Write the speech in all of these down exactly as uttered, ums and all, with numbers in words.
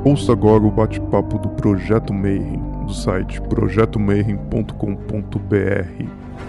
Ouça agora o bate-papo do Projeto Mayhem, do site projeto mayhem ponto com ponto b r.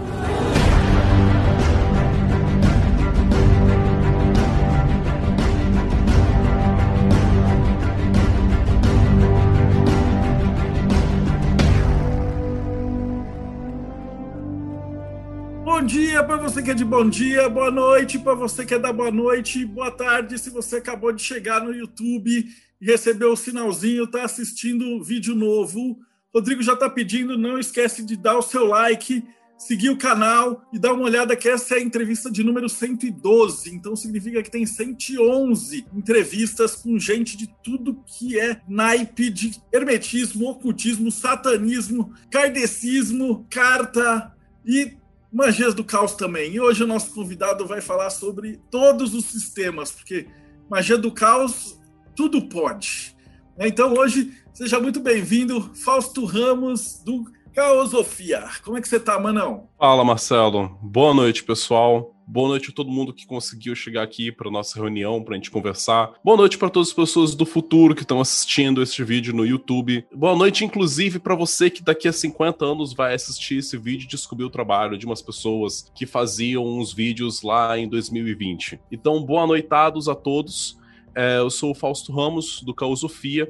Bom dia para você que é de bom dia, boa noite para você que é da boa noite, boa tarde se você acabou de chegar no YouTube e recebeu o sinalzinho, está assistindo vídeo novo. Rodrigo já está pedindo, não esquece de dar o seu like, seguir o canal e dar uma olhada que essa é a entrevista de número cento e doze, então significa que tem cento e onze entrevistas com gente de tudo que é naipe de hermetismo, ocultismo, satanismo, kardecismo, carta e magias do caos também. E hoje o nosso convidado vai falar sobre todos os sistemas, porque magia do caos, tudo pode. Então hoje, seja muito bem-vindo, Fausto Ramos, do Caosofia. Como é que você tá, Manão? Fala, Marcelo. Boa noite, pessoal. Boa noite a todo mundo que conseguiu chegar aqui para nossa reunião, para a gente conversar. Boa noite para todas as pessoas do futuro que estão assistindo este vídeo no YouTube. Boa noite, inclusive, para você que daqui a cinquenta anos vai assistir esse vídeo e descobrir o trabalho de umas pessoas que faziam uns vídeos lá em dois mil e vinte. Então, boa noitados a todos. É, eu sou o Fausto Ramos, do Caosofia.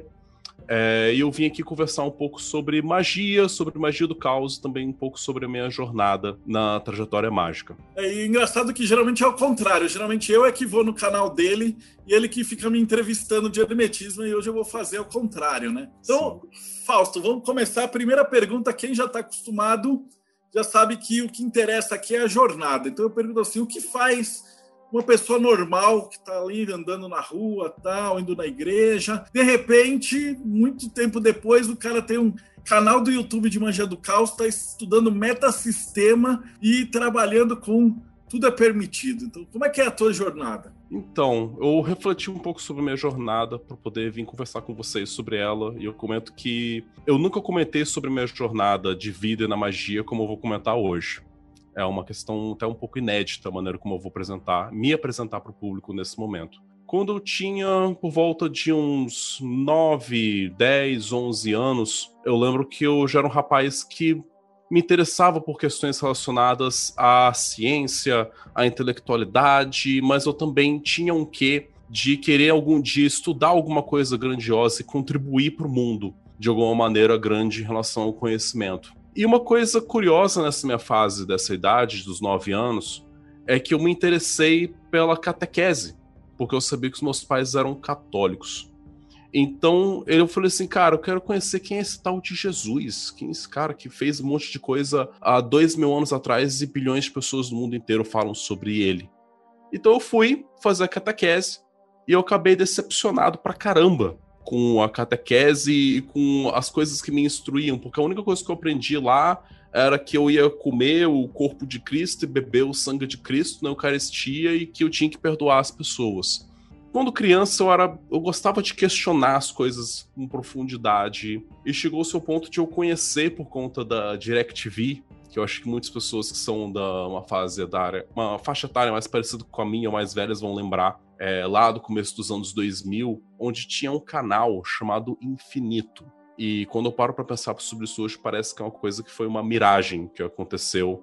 É, e eu vim aqui conversar um pouco sobre magia, sobre magia do caos, também um pouco sobre a minha jornada na trajetória mágica. É engraçado que geralmente é o contrário, geralmente eu é que vou no canal dele e ele que fica me entrevistando de hermetismo, e hoje eu vou fazer o contrário, né? Então, sim. Fausto, vamos começar. A primeira pergunta, quem já está acostumado já sabe que o que interessa aqui é a jornada. Então eu pergunto assim, o que faz uma pessoa normal que está ali andando na rua, tal, indo na igreja, de repente, muito tempo depois, o cara tem um canal do YouTube de Magia do Caos, está estudando metasistema e trabalhando com tudo é permitido. Então, como é que é a tua jornada? Então, eu refleti um pouco sobre a minha jornada para poder vir conversar com vocês sobre ela, e eu comento que eu nunca comentei sobre a minha jornada de vida na magia como eu vou comentar hoje. É uma questão até um pouco inédita a maneira como eu vou apresentar, me apresentar para o público nesse momento. Quando eu tinha por volta de uns nove, dez, onze anos, eu lembro que eu já era um rapaz que me interessava por questões relacionadas à ciência, à intelectualidade, mas eu também tinha um quê de querer algum dia estudar alguma coisa grandiosa e contribuir para o mundo de alguma maneira grande em relação ao conhecimento. E uma coisa curiosa nessa minha fase, dessa idade, dos nove anos, é que eu me interessei pela catequese, porque eu sabia que os meus pais eram católicos. Então, eu falei assim, cara, eu quero conhecer quem é esse tal de Jesus, quem é esse cara que fez um monte de coisa há dois mil anos atrás e bilhões de pessoas do mundo inteiro falam sobre ele. Então eu fui fazer a catequese e eu acabei decepcionado pra caramba com a catequese e com as coisas que me instruíam, porque a única coisa que eu aprendi lá era que eu ia comer o corpo de Cristo e beber o sangue de Cristo na Eucaristia e que eu tinha que perdoar as pessoas. Quando criança, eu, era, eu gostava de questionar as coisas com profundidade, e chegou ao seu ponto de eu conhecer por conta da DirecTV, que eu acho que muitas pessoas que são da uma fase etária, uma faixa etária mais parecida com a minha, ou mais velhas, vão lembrar, é, lá do começo dos anos dois mil, onde tinha um canal chamado Infinito. E quando eu paro para pensar sobre isso hoje, parece que é uma coisa que foi uma miragem que aconteceu,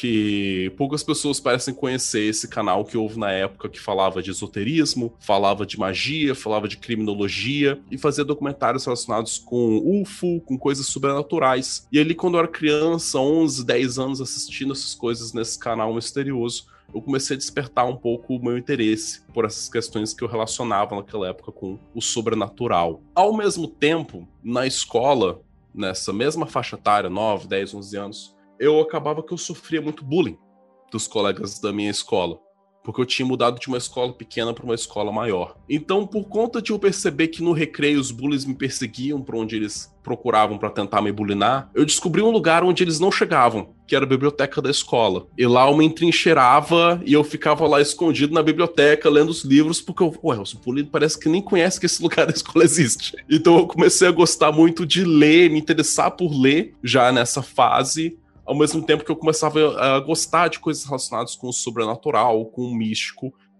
que poucas pessoas parecem conhecer esse canal que houve na época, que falava de esoterismo, falava de magia, falava de criminologia e fazia documentários relacionados com U F O, com coisas sobrenaturais. E ali, quando eu era criança, onze, dez anos, assistindo essas coisas nesse canal misterioso, eu comecei a despertar um pouco o meu interesse por essas questões que eu relacionava naquela época com o sobrenatural. Ao mesmo tempo, na escola, nessa mesma faixa etária, nove, dez, onze anos, eu acabava que eu sofria muito bullying dos colegas da minha escola, porque eu tinha mudado de uma escola pequena para uma escola maior. Então, por conta de eu perceber que no recreio os bullies me perseguiam para onde eles procuravam para tentar me bulinar, eu descobri um lugar onde eles não chegavam, que era a biblioteca da escola. E lá eu me entrincheirava e eu ficava lá escondido na biblioteca, lendo os livros, porque eu, ué, os bullies parece que nem conhece que esse lugar da escola existe. Então eu comecei a gostar muito de ler, me interessar por ler, já nessa fase, ao mesmo tempo que eu começava a gostar de coisas relacionadas com o sobrenatural, com o místico,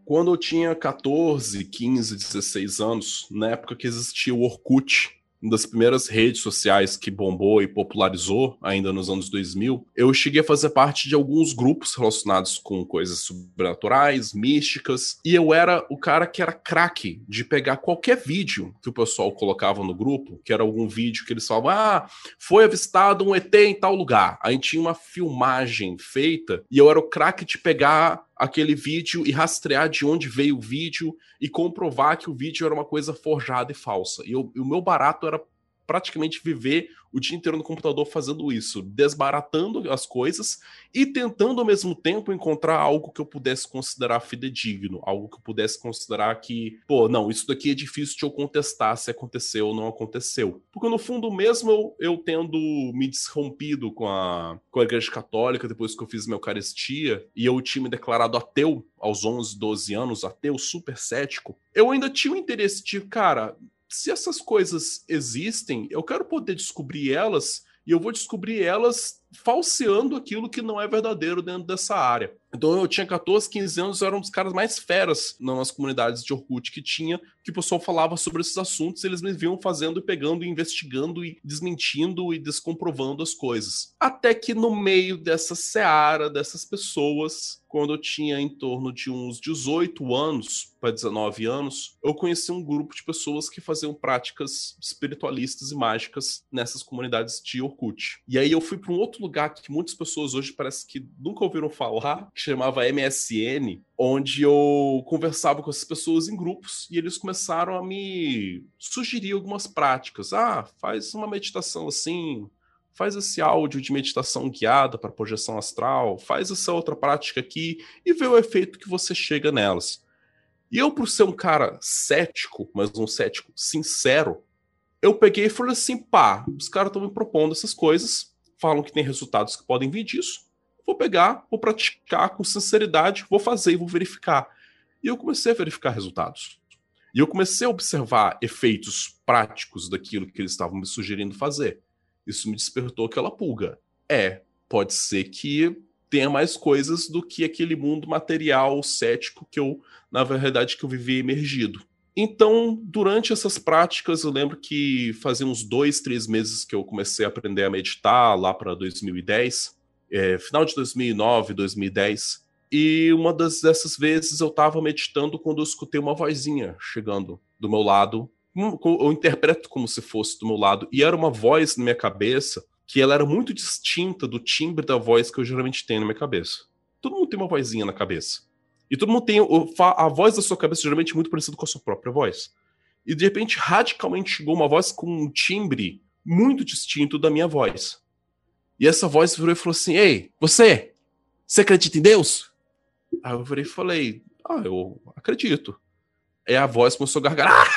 Quando eu tinha catorze, quinze, dezesseis anos, na época que existia o Orkut, uma das primeiras redes sociais que bombou e popularizou, ainda nos anos dois mil, eu cheguei a fazer parte de alguns grupos relacionados com coisas sobrenaturais, místicas, e eu era o cara que era craque de pegar qualquer vídeo que o pessoal colocava no grupo, que era algum vídeo que eles falavam, ah, foi avistado um E T em tal lugar. Aí tinha uma filmagem feita, e eu era o craque de pegar aquele vídeo e rastrear de onde veio o vídeo e comprovar que o vídeo era uma coisa forjada e falsa. E, eu, e o meu barato era praticamente viver o dia inteiro no computador fazendo isso, desbaratando as coisas e tentando ao mesmo tempo encontrar algo que eu pudesse considerar fidedigno, algo que eu pudesse considerar que, pô, não, isso daqui é difícil de eu contestar se aconteceu ou não aconteceu. Porque no fundo mesmo eu, eu tendo me desrompido com a, com a Igreja Católica depois que eu fiz minha Eucaristia e eu tinha me declarado ateu aos onze, doze anos, ateu super cético, eu ainda tinha o interesse de, cara, se essas coisas existem, eu quero poder descobrir elas e eu vou descobrir elas falseando aquilo que não é verdadeiro dentro dessa área. Então eu tinha catorze, quinze anos, eu era um dos caras mais feras nas comunidades de Orkut que tinha, que o pessoal falava sobre esses assuntos, eles me viam fazendo e pegando, e investigando e desmentindo e descomprovando as coisas. Até que no meio dessa seara, dessas pessoas, quando eu tinha em torno de uns dezoito anos para dezenove anos, eu conheci um grupo de pessoas que faziam práticas espiritualistas e mágicas nessas comunidades de Orkut. E aí eu fui para um outro lugar que muitas pessoas hoje parece que nunca ouviram falar, que chamava M S N, onde eu conversava com essas pessoas em grupos e eles começaram a me sugerir algumas práticas. Ah, faz uma meditação assim, faz esse áudio de meditação guiada para projeção astral, faz essa outra prática aqui e vê o efeito que você chega nelas. E eu, por ser um cara cético, mas um cético sincero, eu peguei e falei assim, pá, os caras estão me propondo essas coisas, falam que tem resultados que podem vir disso, vou pegar, vou praticar com sinceridade, vou fazer e vou verificar. E eu comecei a verificar resultados. E eu comecei a observar efeitos práticos daquilo que eles estavam me sugerindo fazer. Isso me despertou aquela pulga. É, pode ser que tenha mais coisas do que aquele mundo material cético que eu, na verdade, que eu vivia imergido. Então, durante essas práticas, eu lembro que fazia uns dois, três meses que eu comecei a aprender a meditar, lá para dois mil e dez, é, final de dois mil e nove, dois mil e dez, e uma das, dessas vezes eu estava meditando quando eu escutei uma vozinha chegando do meu lado. Eu interpreto como se fosse do meu lado, e era uma voz na minha cabeça que ela era muito distinta do timbre da voz que eu geralmente tenho na minha cabeça. Todo mundo tem uma vozinha na cabeça. E todo mundo tem a voz da sua cabeça geralmente muito parecida com a sua própria voz. E de repente, radicalmente chegou uma voz com um timbre muito distinto da minha voz. E essa voz virou e falou assim, ei, você, você acredita em Deus? Aí eu virei e falei, ah, eu acredito. Aí a voz começou a gargarar.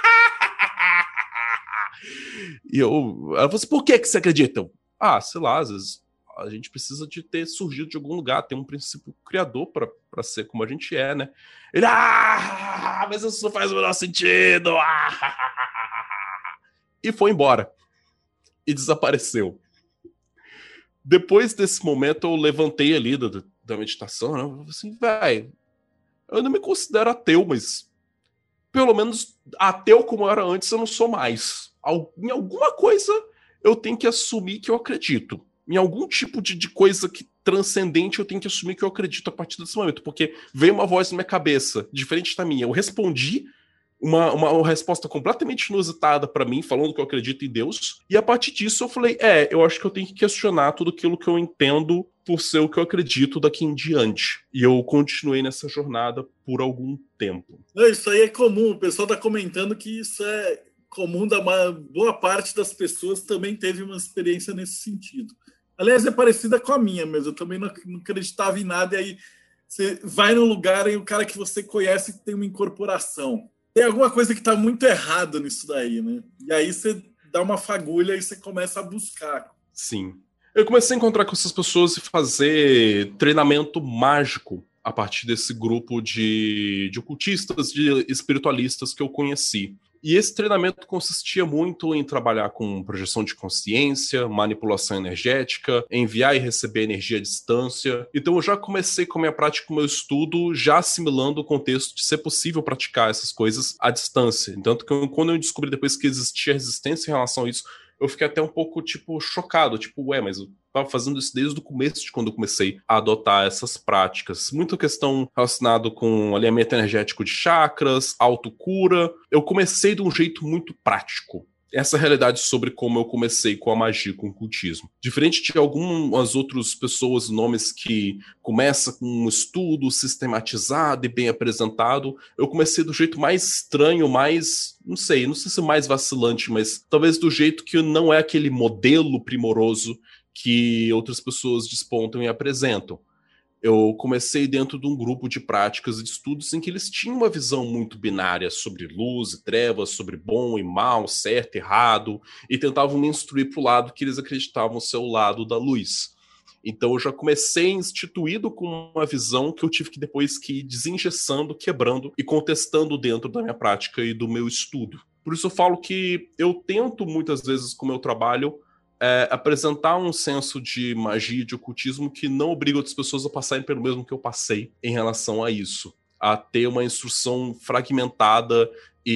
E eu, ela falou assim, por que, que você acredita? Ah, sei lá, às vezes a gente precisa de ter surgido de algum lugar, ter um princípio criador para ser como a gente é, né? Ele, ah, mas isso não faz o menor sentido. E foi embora. E desapareceu. Depois desse momento, eu levantei ali da, da meditação, né? Eu falei assim, velho, eu não me considero ateu, mas pelo menos ateu como eu era antes, eu não sou mais. Em alguma coisa, eu tenho que assumir que eu acredito. Em algum tipo de, de coisa que, transcendente, eu tenho que assumir que eu acredito a partir desse momento. Porque veio uma voz na minha cabeça, diferente da minha. Eu respondi uma, uma, uma resposta completamente inusitada para mim, falando que eu acredito em Deus. E a partir disso eu falei, é, eu acho que eu tenho que questionar tudo aquilo que eu entendo por ser o que eu acredito daqui em diante. E eu continuei nessa jornada por algum tempo. Isso aí é comum. O pessoal está comentando que isso é comum, da uma boa parte das pessoas também teve uma experiência nesse sentido. Aliás, é parecida com a minha, mas eu também não, não acreditava em nada, e aí você vai num lugar e o cara que você conhece tem uma incorporação. Tem alguma coisa que está muito errada nisso daí, né? E aí você dá uma fagulha e você começa a buscar. Sim. Eu comecei a encontrar com essas pessoas e fazer treinamento mágico a partir desse grupo de, de ocultistas, de espiritualistas que eu conheci. E esse treinamento consistia muito em trabalhar com projeção de consciência, manipulação energética, enviar e receber energia à distância. Então eu já comecei com a minha prática, com o meu estudo, já assimilando o contexto de ser possível praticar essas coisas à distância. Tanto que eu, quando eu descobri depois que existia resistência em relação a isso, eu fiquei até um pouco, tipo, chocado. Tipo, ué, mas eu tava fazendo isso desde o começo de quando eu comecei a adotar essas práticas. Muita questão relacionada com alinhamento energético de chakras, autocura. Eu comecei de um jeito muito prático. Essa é a realidade sobre como eu comecei com a magia, com o cultismo. Diferente de algumas outras pessoas, nomes que começam com um estudo sistematizado e bem apresentado, eu comecei do jeito mais estranho, mais, não sei, não sei se mais vacilante, mas talvez do jeito que não é aquele modelo primoroso que outras pessoas despontam e apresentam. Eu comecei dentro de um grupo de práticas e de estudos em que eles tinham uma visão muito binária sobre luz e trevas, sobre bom e mal, certo e errado, e tentavam me instruir para o lado que eles acreditavam ser o lado da luz. Então eu já comecei instituído com uma visão que eu tive que depois que ir desengessando, quebrando e contestando dentro da minha prática e do meu estudo. Por isso eu falo que eu tento muitas vezes com o meu trabalho É, apresentar um senso de magia, de ocultismo que não obriga outras pessoas a passarem pelo mesmo que eu passei em relação a isso, a ter uma instrução fragmentada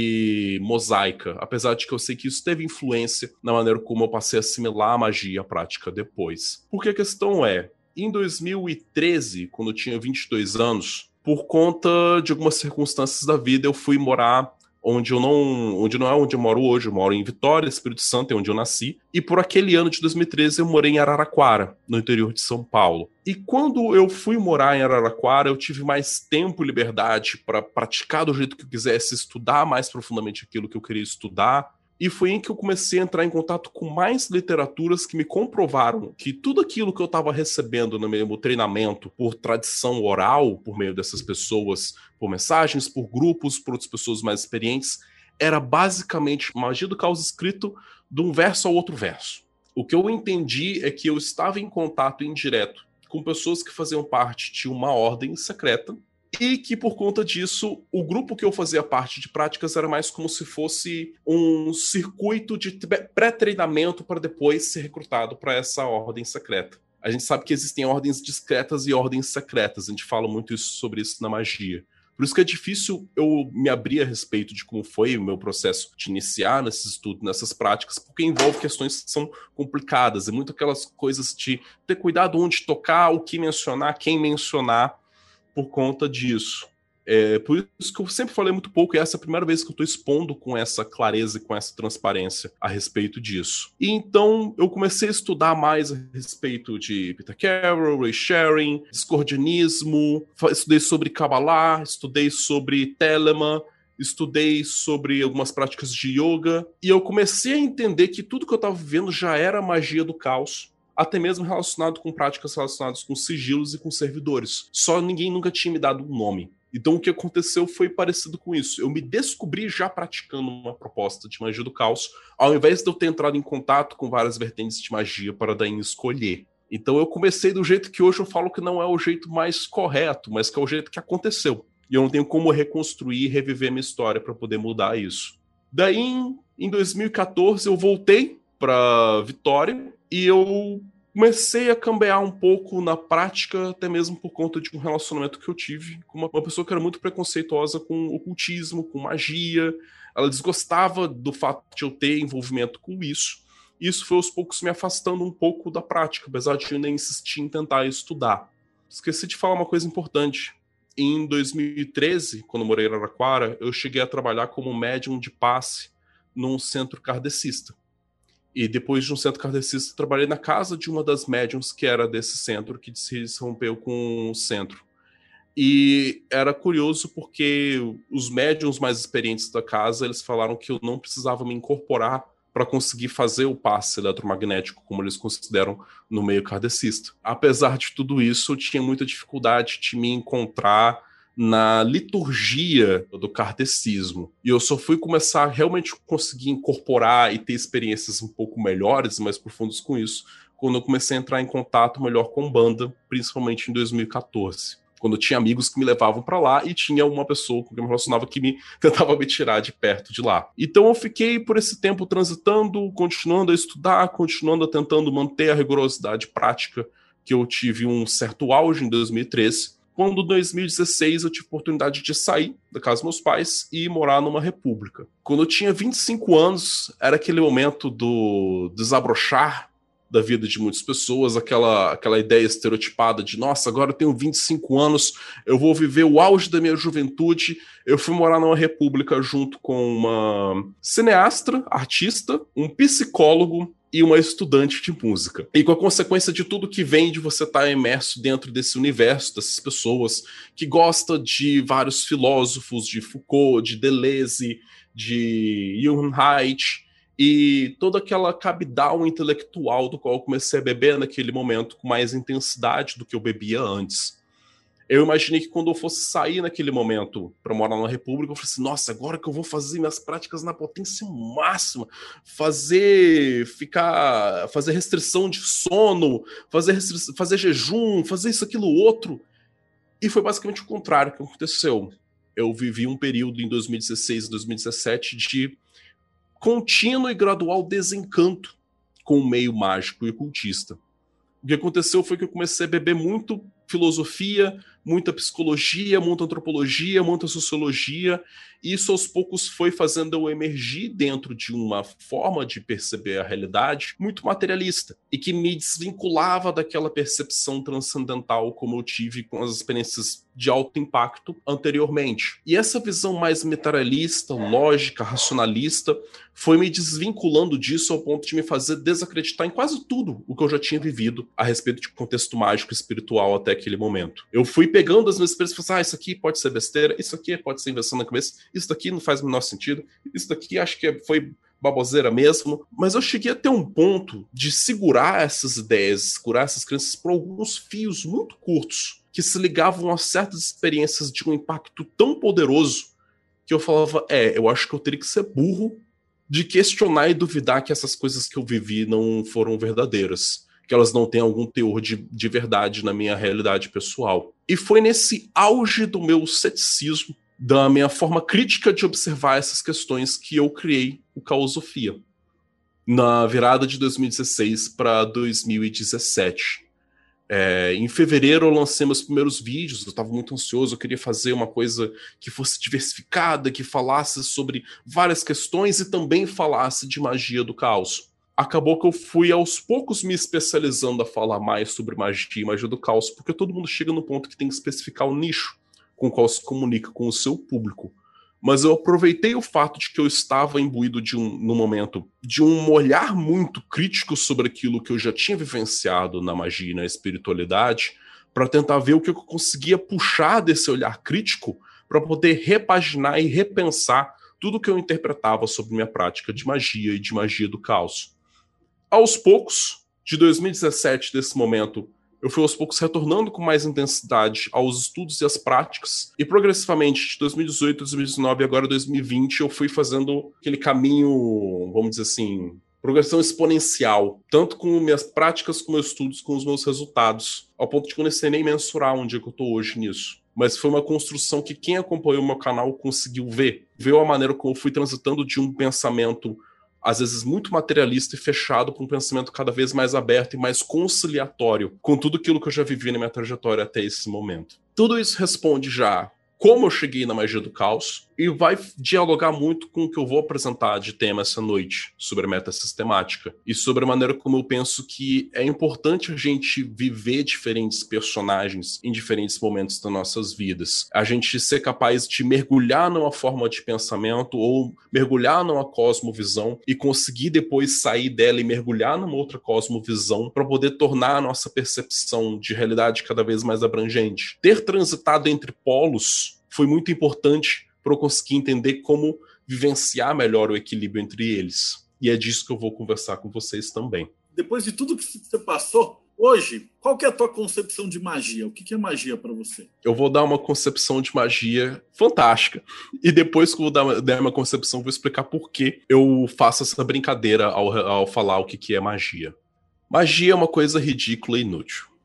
e mosaica, apesar de que eu sei que isso teve influência na maneira como eu passei a assimilar a magia à prática depois. Porque a questão é, em dois mil e treze, quando eu tinha vinte e dois anos, por conta de algumas circunstâncias da vida, eu fui morar onde eu não, onde não é onde eu moro hoje. Eu moro em Vitória, Espírito Santo, é onde eu nasci. E por aquele ano de dois mil e treze eu morei em Araraquara, no interior de São Paulo. E quando eu fui morar em Araraquara, eu tive mais tempo e liberdade para praticar do jeito que eu quisesse, estudar mais profundamente aquilo que eu queria estudar. E foi em que eu comecei a entrar em contato com mais literaturas que me comprovaram que tudo aquilo que eu estava recebendo no meu treinamento por tradição oral, por meio dessas pessoas, por mensagens, por grupos, por outras pessoas mais experientes, era basicamente magia do caos escrito de um verso ao outro verso. O que eu entendi é que eu estava em contato indireto com pessoas que faziam parte de uma ordem secreta, e que, por conta disso, o grupo que eu fazia parte de práticas era mais como se fosse um circuito de pré-treinamento para depois ser recrutado para essa ordem secreta. A gente sabe que existem ordens discretas e ordens secretas, a gente fala muito isso, sobre isso na magia. Por isso que é difícil eu me abrir a respeito de como foi o meu processo de iniciar nesse estudo, nessas práticas, porque envolve questões que são complicadas, e muito aquelas coisas de ter cuidado onde tocar, o que mencionar, quem mencionar, por conta disso. É, por isso que eu sempre falei muito pouco, e essa é a primeira vez que eu estou expondo com essa clareza e com essa transparência a respeito disso. E então eu comecei a estudar mais a respeito de Peter Carroll, Ray Sharing, discordianismo, estudei sobre Kabbalah, estudei sobre Telemann, estudei sobre algumas práticas de yoga, e eu comecei a entender que tudo que eu estava vivendo já era magia do caos, até mesmo relacionado com práticas relacionadas com sigilos e com servidores. Só ninguém nunca tinha me dado um nome. Então o que aconteceu foi parecido com isso. Eu me descobri já praticando uma proposta de magia do caos, ao invés de eu ter entrado em contato com várias vertentes de magia para daí escolher. Então eu comecei do jeito que hoje eu falo que não é o jeito mais correto, mas que é o jeito que aconteceu. E eu não tenho como reconstruir e reviver minha história para poder mudar isso. Daí, em dois mil e catorze, eu voltei para Vitória e eu comecei a cambear um pouco na prática, até mesmo por conta de um relacionamento que eu tive com uma, uma pessoa que era muito preconceituosa com ocultismo, com magia. Ela desgostava do fato de eu ter envolvimento com isso. E isso foi aos poucos me afastando um pouco da prática, apesar de eu ainda insistir em tentar estudar. Esqueci de falar uma coisa importante. Em dois mil e treze, quando eu morei em Araraquara, eu cheguei a trabalhar como médium de passe num centro kardecista. E depois de um centro kardecista, trabalhei na casa de uma das médiums que era desse centro, que se rompeu com o centro. E era curioso porque os médiums mais experientes da casa, eles falaram que eu não precisava me incorporar para conseguir fazer o passe eletromagnético, como eles consideram no meio kardecista. Apesar de tudo isso, eu tinha muita dificuldade de me encontrar na liturgia do kardecismo. E eu só fui começar a realmente conseguir incorporar e ter experiências um pouco melhores e mais profundas com isso, quando eu comecei a entrar em contato melhor com banda, principalmente em dois mil e catorze. Quando eu tinha amigos que me levavam pra lá e tinha uma pessoa com quem eu me relacionava que me tentava me tirar de perto de lá. Então eu fiquei por esse tempo transitando, continuando a estudar, continuando a tentando manter a rigorosidade prática que eu tive um certo auge em dois mil e treze. Quando, em dois mil e dezesseis, eu tive a oportunidade de sair da casa dos meus pais e morar numa república. Quando eu tinha vinte e cinco anos, era aquele momento do desabrochar da vida de muitas pessoas, aquela, aquela ideia estereotipada de, nossa, agora eu tenho vinte e cinco anos, eu vou viver o auge da minha juventude. Eu fui morar numa república junto com uma cineasta, artista, um psicólogo e uma estudante de música. E com a consequência de tudo que vem de você estar imerso dentro desse universo, dessas pessoas que gosta de vários filósofos, de Foucault, de Deleuze, de Johann Haidt, e toda aquela cabidal intelectual do qual eu comecei a beber naquele momento com mais intensidade do que eu bebia antes. Eu imaginei que quando eu fosse sair naquele momento para morar na República, eu falei assim, nossa, agora que eu vou fazer minhas práticas na potência máxima, fazer ficar, fazer restrição de sono, fazer, restri- fazer jejum, fazer isso, aquilo, outro. E foi basicamente o contrário que aconteceu. Eu vivi um período em dois mil e dezesseis e dois mil e dezessete de contínuo e gradual desencanto com o meio mágico e ocultista. O que aconteceu foi que eu comecei a beber muito filosofia, muita psicologia, muita antropologia, muita sociologia, e isso aos poucos foi fazendo eu emergir dentro de uma forma de perceber a realidade muito materialista, e que me desvinculava daquela percepção transcendental como eu tive com as experiências de alto impacto anteriormente. E essa visão mais materialista, lógica, racionalista, foi me desvinculando disso ao ponto de me fazer desacreditar em quase tudo o que eu já tinha vivido a respeito de contexto mágico e espiritual até aquele momento. Eu fui pegando as minhas experiências e falei, ah, isso aqui pode ser besteira, isso aqui pode ser invenção na cabeça, isso daqui não faz o menor sentido, isso daqui acho que foi baboseira mesmo, mas eu cheguei a ter um ponto de segurar essas ideias, segurar essas crenças por alguns fios muito curtos, que se ligavam a certas experiências de um impacto tão poderoso, que eu falava, é, eu acho que eu teria que ser burro de questionar e duvidar que essas coisas que eu vivi não foram verdadeiras, que elas não têm algum teor de, de verdade na minha realidade pessoal. E foi nesse auge do meu ceticismo, da minha forma crítica de observar essas questões, que eu criei o Caosofia, na virada de dois mil e dezesseis para dois mil e dezessete. É, em fevereiro eu lancei meus primeiros vídeos, eu estava muito ansioso, eu queria fazer uma coisa que fosse diversificada, que falasse sobre várias questões e também falasse de magia do caos. Acabou que eu fui aos poucos me especializando a falar mais sobre magia e magia do caos, porque todo mundo chega no ponto que tem que especificar o nicho com o qual se comunica com o seu público. Mas eu aproveitei o fato de que eu estava imbuído de um, no momento de um olhar muito crítico sobre aquilo que eu já tinha vivenciado na magia e na espiritualidade, para tentar ver o que eu conseguia puxar desse olhar crítico para poder repaginar e repensar tudo que eu interpretava sobre minha prática de magia e de magia do caos. Aos poucos, de dois mil e dezessete, desse momento, eu fui aos poucos retornando com mais intensidade aos estudos e às práticas, e progressivamente, de dois mil e dezoito, dois mil e dezenove e agora dois mil e vinte, eu fui fazendo aquele caminho, vamos dizer assim, progressão exponencial, tanto com minhas práticas, com meus estudos, com os meus resultados, ao ponto de que eu não sei nem mensurar onde é que eu estou hoje nisso. Mas foi uma construção que quem acompanhou o meu canal conseguiu ver, viu a maneira como eu fui transitando de um pensamento às vezes muito materialista e fechado, para um pensamento cada vez mais aberto e mais conciliatório com tudo aquilo que eu já vivi na minha trajetória até esse momento. Tudo isso responde já como eu cheguei na magia do caos e vai dialogar muito com o que eu vou apresentar de tema essa noite, sobre a metasistemática e sobre a maneira como eu penso que é importante a gente viver diferentes personagens em diferentes momentos das nossas vidas. A gente ser capaz de mergulhar numa forma de pensamento ou mergulhar numa cosmovisão e conseguir depois sair dela e mergulhar numa outra cosmovisão para poder tornar a nossa percepção de realidade cada vez mais abrangente. Ter transitado entre polos foi muito importante para eu conseguir entender como vivenciar melhor o equilíbrio entre eles. E é disso que eu vou conversar com vocês também. Depois de tudo que você passou, hoje, qual que é a tua concepção de magia? O que é magia para você? Eu vou dar uma concepção de magia fantástica. E depois que eu vou dar uma concepção, vou explicar por que eu faço essa brincadeira ao, ao falar o que é magia. Magia é uma coisa ridícula e inútil.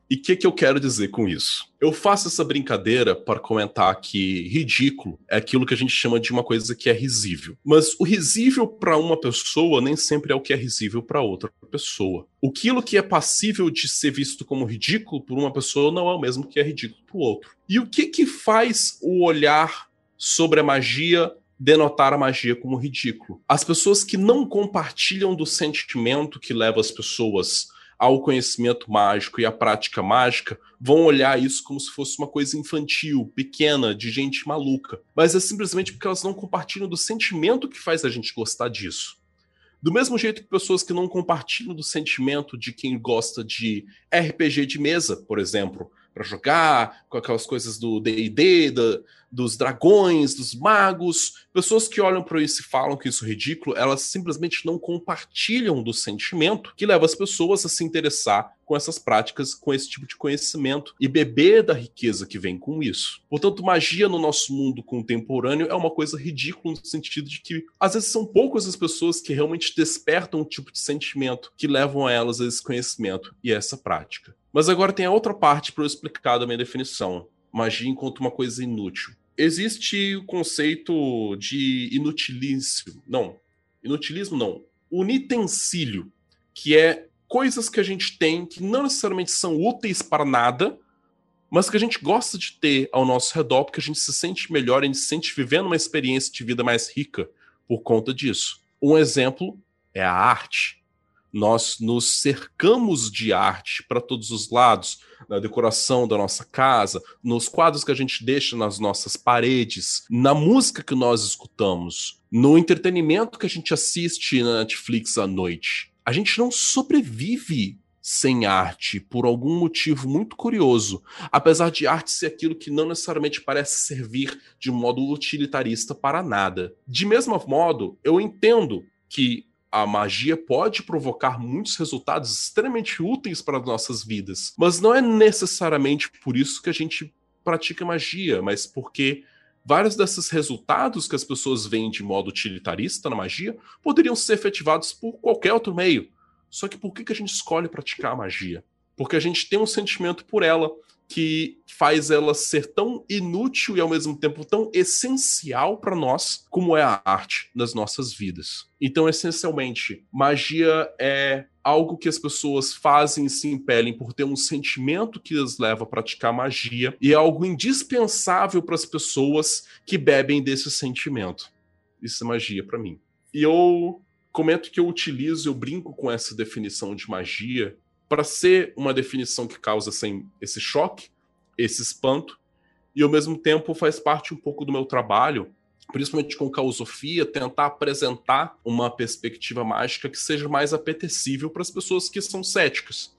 E o que, que eu quero dizer com isso? Eu faço essa brincadeira para comentar que ridículo é aquilo que a gente chama de uma coisa que é risível. Mas o risível para uma pessoa nem sempre é o que é risível para outra pessoa. Aquilo que é passível de ser visto como ridículo por uma pessoa não é o mesmo que é ridículo para o outro. E o que, que faz o olhar sobre a magia denotar a magia como ridículo? As pessoas que não compartilham do sentimento que leva as pessoas ao conhecimento mágico e à prática mágica, vão olhar isso como se fosse uma coisa infantil, pequena, de gente maluca. Mas é simplesmente porque elas não compartilham do sentimento que faz a gente gostar disso. Do mesmo jeito que pessoas que não compartilham do sentimento de quem gosta de R P G de mesa, por exemplo, para jogar com aquelas coisas do D e D, da, dos dragões, dos magos, pessoas que olham para isso e falam que isso é ridículo, elas simplesmente não compartilham do sentimento que leva as pessoas a se interessar com essas práticas, com esse tipo de conhecimento e beber da riqueza que vem com isso. Portanto, magia no nosso mundo contemporâneo é uma coisa ridícula no sentido de que às vezes são poucas as pessoas que realmente despertam um tipo de sentimento que levam a elas a esse conhecimento e a essa prática. Mas agora tem a outra parte para eu explicar da minha definição. Magia enquanto uma coisa inútil. Existe o conceito de inutilício. Não, inutilismo não. Unitensílio, que é coisas que a gente tem que não necessariamente são úteis para nada, mas que a gente gosta de ter ao nosso redor porque a gente se sente melhor, a gente se sente vivendo uma experiência de vida mais rica por conta disso. Um exemplo é a arte. Nós nos cercamos de arte para todos os lados, na decoração da nossa casa, nos quadros que a gente deixa nas nossas paredes, na música que nós escutamos, no entretenimento que a gente assiste na Netflix à noite. A gente não sobrevive sem arte por algum motivo muito curioso, apesar de arte ser aquilo que não necessariamente parece servir de modo utilitarista para nada. De mesmo modo, eu entendo que a magia pode provocar muitos resultados extremamente úteis para as nossas vidas, mas não é necessariamente por isso que a gente pratica magia, mas porque vários desses resultados que as pessoas veem de modo utilitarista na magia poderiam ser efetivados por qualquer outro meio. Só que por que a gente escolhe praticar a magia? Porque a gente tem um sentimento por ela que faz ela ser tão inútil e ao mesmo tempo tão essencial para nós como é a arte nas nossas vidas. Então, essencialmente, magia é algo que as pessoas fazem e se impelem por ter um sentimento que as leva a praticar magia e é algo indispensável para as pessoas que bebem desse sentimento. Isso é magia para mim. E eu comento que eu utilizo, eu brinco com essa definição de magia para ser uma definição que causa assim, esse choque, esse espanto, e ao mesmo tempo faz parte um pouco do meu trabalho, principalmente com causofia, tentar apresentar uma perspectiva mágica que seja mais apetecível para as pessoas que são céticas.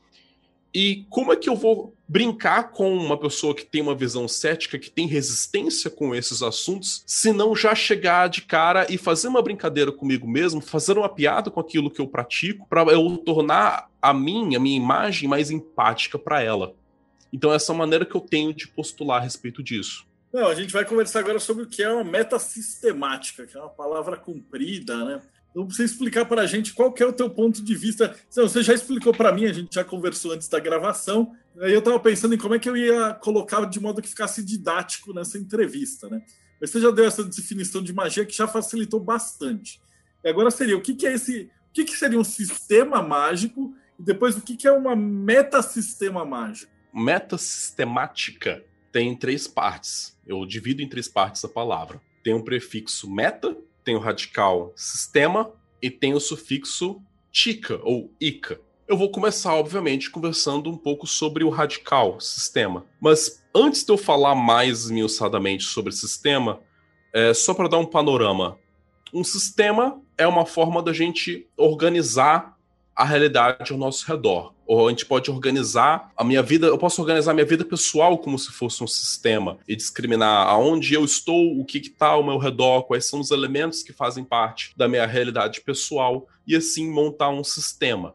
E como é que eu vou brincar com uma pessoa que tem uma visão cética, que tem resistência com esses assuntos, se não já chegar de cara e fazer uma brincadeira comigo mesmo, fazer uma piada com aquilo que eu pratico, para eu tornar a mim, a minha imagem mais empática para ela. Então essa é a maneira que eu tenho de postular a respeito disso. Não, a gente vai conversar agora sobre o que é uma metasistemática, que é uma palavra comprida, né? Então, você explicar para a gente qual que é o teu ponto de vista. Você já explicou para mim, a gente já conversou antes da gravação, aí eu estava pensando em como é que eu ia colocar de modo que ficasse didático nessa entrevista, né? Mas você já deu essa definição de magia que já facilitou bastante. E agora seria, o que, que é esse... O que, que seria um sistema mágico e depois o que, que é uma metasistema mágico? Metasistemática tem três partes. Eu divido em três partes a palavra. Tem um prefixo meta, tem o radical sistema e tem o sufixo tica ou ica. Eu vou começar, obviamente, conversando um pouco sobre o radical sistema. Mas antes de eu falar mais esmiuçadamente sobre sistema, é só para dar um panorama. Um sistema é uma forma da gente organizar a realidade ao nosso redor. Ou a gente pode organizar a minha vida, eu posso organizar a minha vida pessoal como se fosse um sistema e discriminar aonde eu estou, o que está ao meu redor, quais são os elementos que fazem parte da minha realidade pessoal e assim montar um sistema.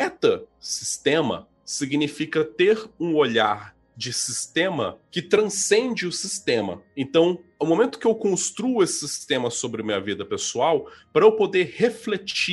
Metasistema significa ter um olhar de sistema que transcende o sistema. Então, ao momento que eu construo esse sistema sobre a minha vida pessoal, para eu poder refletir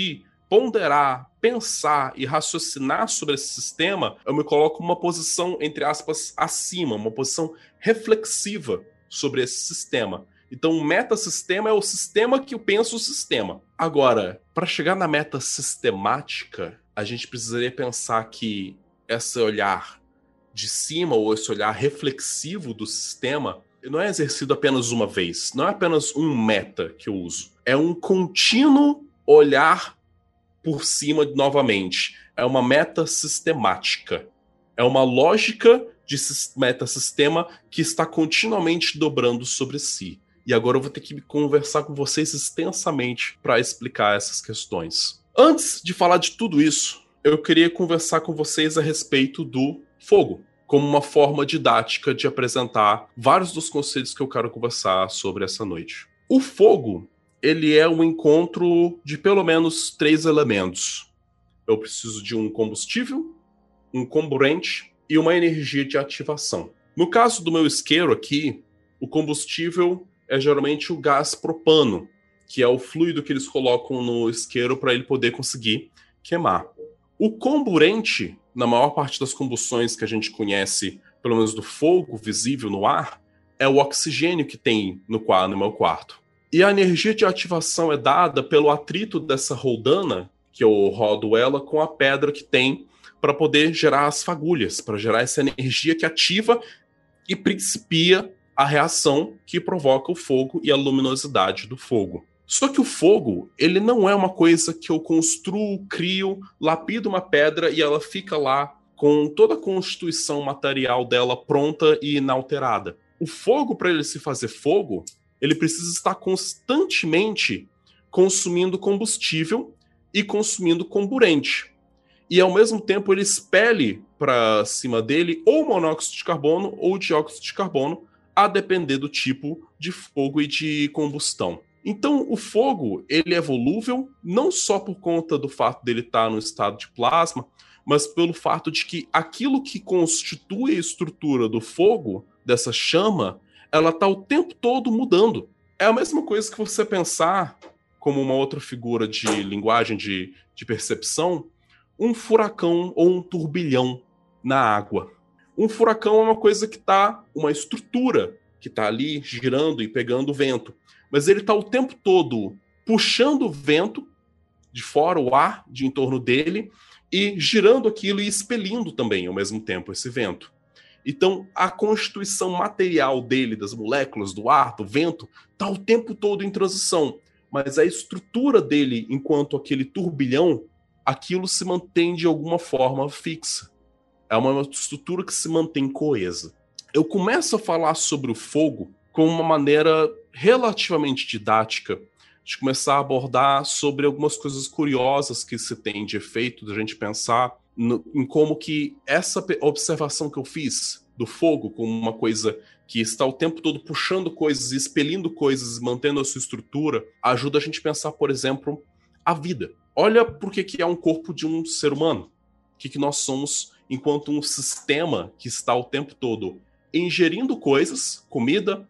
ponderar, pensar e raciocinar sobre esse sistema, eu me coloco numa posição, entre aspas, acima, uma posição reflexiva sobre esse sistema. Então, o metasistema é o sistema que eu penso o sistema. Agora, para chegar na meta sistemática, a gente precisaria pensar que esse olhar de cima, ou esse olhar reflexivo do sistema, não é exercido apenas uma vez. Não é apenas um meta que eu uso. É um contínuo olhar por cima novamente. É uma meta sistemática. É uma lógica de metasistema que está continuamente dobrando sobre si. E agora eu vou ter que conversar com vocês extensamente para explicar essas questões. Antes de falar de tudo isso, eu queria conversar com vocês a respeito do fogo, como uma forma didática de apresentar vários dos conceitos que eu quero conversar sobre essa noite. O fogo, ele é um encontro de pelo menos três elementos. Eu preciso de um combustível, um comburente e uma energia de ativação. No caso do meu isqueiro aqui, o combustível é geralmente o gás propano, que é o fluido que eles colocam no isqueiro para ele poder conseguir queimar. O comburente, na maior parte das combustões que a gente conhece, pelo menos do fogo visível no ar, é o oxigênio que tem no, no meu quarto. E a energia de ativação é dada pelo atrito dessa roldana, que eu rodo ela com a pedra que tem para poder gerar as fagulhas, para gerar essa energia que ativa e principia a reação que provoca o fogo e a luminosidade do fogo. Só que o fogo, ele não é uma coisa que eu construo, crio, lapido uma pedra e ela fica lá com toda a constituição material dela pronta e inalterada. O fogo, para ele se fazer fogo, ele precisa estar constantemente consumindo combustível e consumindo comburente. E ao mesmo tempo ele expele para cima dele ou monóxido de carbono ou dióxido de carbono, a depender do tipo de fogo e de combustão. Então, o fogo, ele é volúvel, não só por conta do fato dele estar no estado de plasma, mas pelo fato de que aquilo que constitui a estrutura do fogo, dessa chama, ela está o tempo todo mudando. É a mesma coisa que você pensar, como uma outra figura de linguagem, de, de percepção, um furacão ou um turbilhão na água. Um furacão é uma coisa que está, uma estrutura que está ali girando e pegando vento. Mas ele está o tempo todo puxando o vento de fora, o ar de em torno dele, e girando aquilo e expelindo também ao mesmo tempo esse vento. Então, a constituição material dele, das moléculas, do ar, do vento, está o tempo todo em transição. Mas a estrutura dele, enquanto aquele turbilhão, aquilo se mantém de alguma forma fixa. É uma estrutura que se mantém coesa. Eu começo a falar sobre o fogo com uma maneira relativamente didática, de começar a abordar sobre algumas coisas curiosas que se tem de efeito, da gente pensar no, em como que essa observação que eu fiz do fogo como uma coisa que está o tempo todo puxando coisas, expelindo coisas, mantendo a sua estrutura, ajuda a gente a pensar, por exemplo, a vida. Olha por que que é um corpo de um ser humano. O que que nós somos enquanto um sistema que está o tempo todo ingerindo coisas, comida,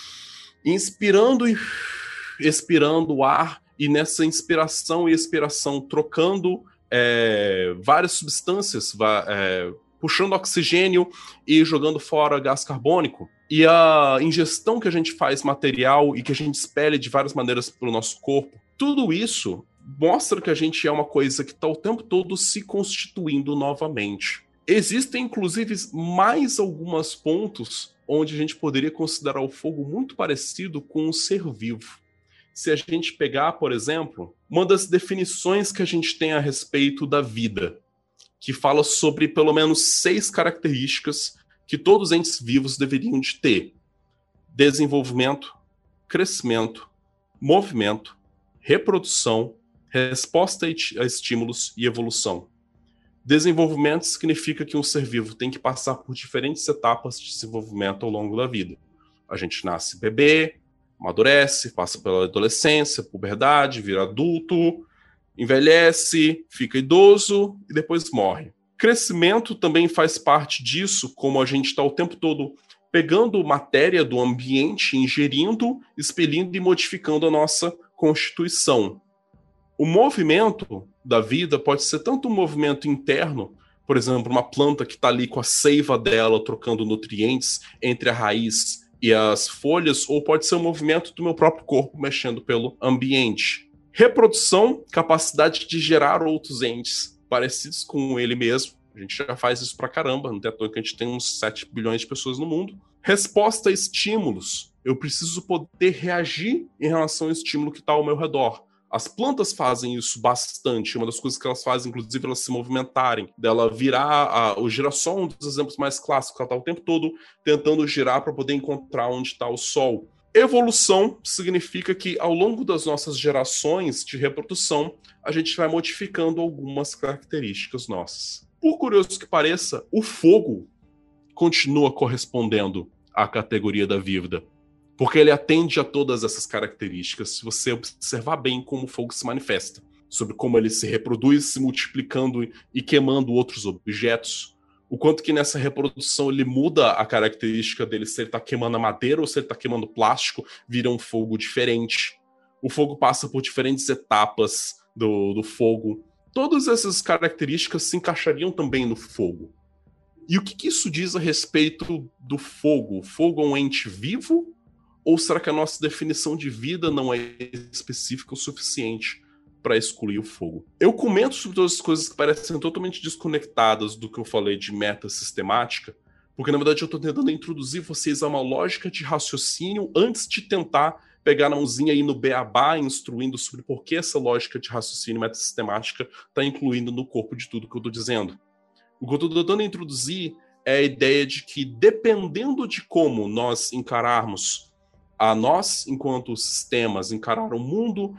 inspirando e expirando o ar, e nessa inspiração e expiração trocando é, várias substâncias, é, puxando oxigênio e jogando fora gás carbônico. E a ingestão que a gente faz material e que a gente expele de várias maneiras pelo nosso corpo, tudo isso mostra que a gente é uma coisa que está o tempo todo se constituindo novamente. Existem, inclusive, mais alguns pontos onde a gente poderia considerar o fogo muito parecido com um ser vivo. Se a gente pegar, por exemplo, uma das definições que a gente tem a respeito da vida, que fala sobre pelo menos seis características que todos os entes vivos deveriam de ter: desenvolvimento, crescimento, movimento, reprodução, resposta a estímulos e evolução. Desenvolvimento significa que um ser vivo tem que passar por diferentes etapas de desenvolvimento ao longo da vida. A gente nasce bebê, amadurece, passa pela adolescência, puberdade, vira adulto, envelhece, fica idoso e depois morre. Crescimento também faz parte disso, como a gente está o tempo todo pegando matéria do ambiente, ingerindo, expelindo e modificando a nossa constituição. O movimento da vida pode ser tanto um movimento interno, por exemplo, uma planta que está ali com a seiva dela trocando nutrientes entre a raiz e as folhas, ou pode ser um movimento do meu próprio corpo mexendo pelo ambiente. Reprodução, capacidade de gerar outros entes parecidos com ele mesmo. A gente já faz isso pra caramba, não tem à toa que a gente tem uns sete bilhões de pessoas no mundo. Resposta a estímulos. Eu preciso poder reagir em relação ao estímulo que está ao meu redor. As plantas fazem isso bastante. Uma das coisas que elas fazem, inclusive, elas se movimentarem, dela virar a, o girassol, um dos exemplos mais clássicos. Ela está o tempo todo tentando girar para poder encontrar onde está o sol. Evolução significa que, ao longo das nossas gerações de reprodução, a gente vai modificando algumas características nossas. Por curioso que pareça, o fogo continua correspondendo à categoria da vida, porque ele atende a todas essas características, se você observar bem como o fogo se manifesta, sobre como ele se reproduz, se multiplicando e queimando outros objetos, o quanto que nessa reprodução ele muda a característica dele, se ele está queimando a madeira ou se ele está queimando plástico, vira um fogo diferente. O fogo passa por diferentes etapas do, do fogo. Todas essas características se encaixariam também no fogo. E o que, que isso diz a respeito do fogo? O fogo é um ente vivo? Ou será que a nossa definição de vida não é específica o suficiente para excluir o fogo? Eu comento sobre todas as coisas que parecem totalmente desconectadas do que eu falei de meta-sistemática, porque na verdade eu estou tentando introduzir vocês a uma lógica de raciocínio antes de tentar pegar na mãozinha aí no beabá, instruindo sobre por que essa lógica de raciocínio meta-sistemática está incluindo no corpo de tudo que eu estou dizendo. O que eu estou tentando introduzir é a ideia de que, dependendo de como nós encararmos a nós, enquanto sistemas, encarar o mundo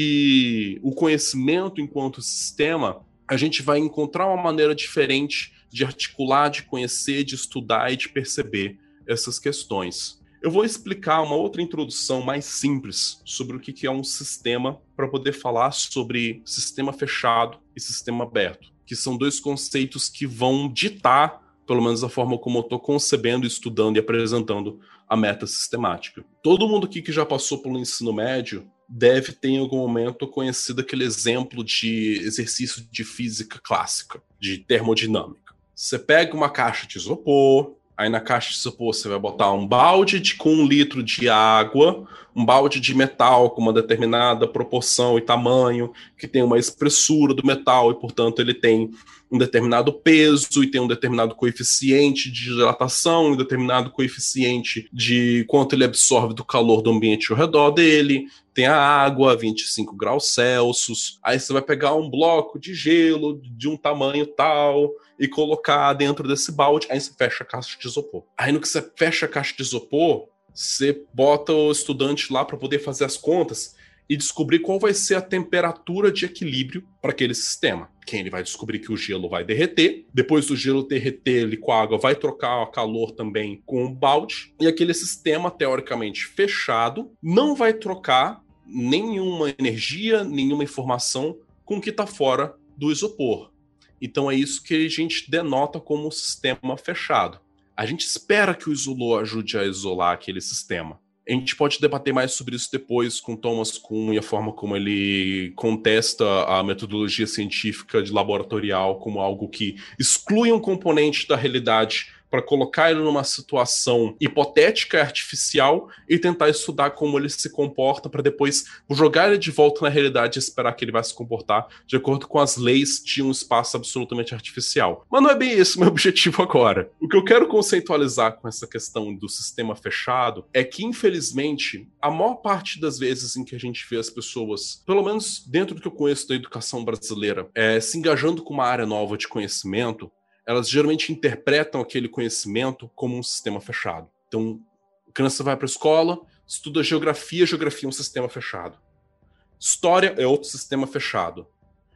e o conhecimento enquanto sistema, a gente vai encontrar uma maneira diferente de articular, de conhecer, de estudar e de perceber essas questões. Eu vou explicar uma outra introdução mais simples sobre o que é um sistema para poder falar sobre sistema fechado e sistema aberto, que são dois conceitos que vão ditar, pelo menos a forma como eu estou concebendo, estudando e apresentando a meta sistemática. Todo mundo aqui que já passou pelo ensino médio deve ter em algum momento conhecido aquele exemplo de exercício de física clássica, de termodinâmica. Você pega uma caixa de isopor, aí na caixa de isopor você vai botar um balde de, com um litro de água, um balde de metal com uma determinada proporção e tamanho, que tem uma espessura do metal e, portanto, ele tem um determinado peso e tem um determinado coeficiente de dilatação, um determinado coeficiente de quanto ele absorve do calor do ambiente ao redor dele, tem a água, vinte e cinco graus Celsius, aí você vai pegar um bloco de gelo de um tamanho tal e colocar dentro desse balde, aí você fecha a caixa de isopor. Aí no que você fecha a caixa de isopor, você bota o estudante lá para poder fazer as contas e descobrir qual vai ser a temperatura de equilíbrio para aquele sistema. Quem ele vai descobrir que o gelo vai derreter, depois do gelo derreter, ele com a água vai trocar o calor também com o balde, e aquele sistema, teoricamente fechado, não vai trocar nenhuma energia, nenhuma informação com o que está fora do isopor. Então é isso que a gente denota como um sistema fechado. A gente espera que o isolor ajude a isolar aquele sistema. A gente pode debater mais sobre isso depois com Thomas Kuhn e a forma como ele contesta a metodologia científica de laboratorial como algo que exclui um componente da realidade para colocar ele numa situação hipotética, artificial, e tentar estudar como ele se comporta para depois jogar ele de volta na realidade e esperar que ele vai se comportar de acordo com as leis de um espaço absolutamente artificial. Mas não é bem esse o meu objetivo agora. O que eu quero conceitualizar com essa questão do sistema fechado é que, infelizmente, a maior parte das vezes em que a gente vê as pessoas, pelo menos dentro do que eu conheço da educação brasileira, é, se engajando com uma área nova de conhecimento, elas geralmente interpretam aquele conhecimento como um sistema fechado. Então, a criança vai para a escola, estuda geografia, geografia é um sistema fechado. História é outro sistema fechado.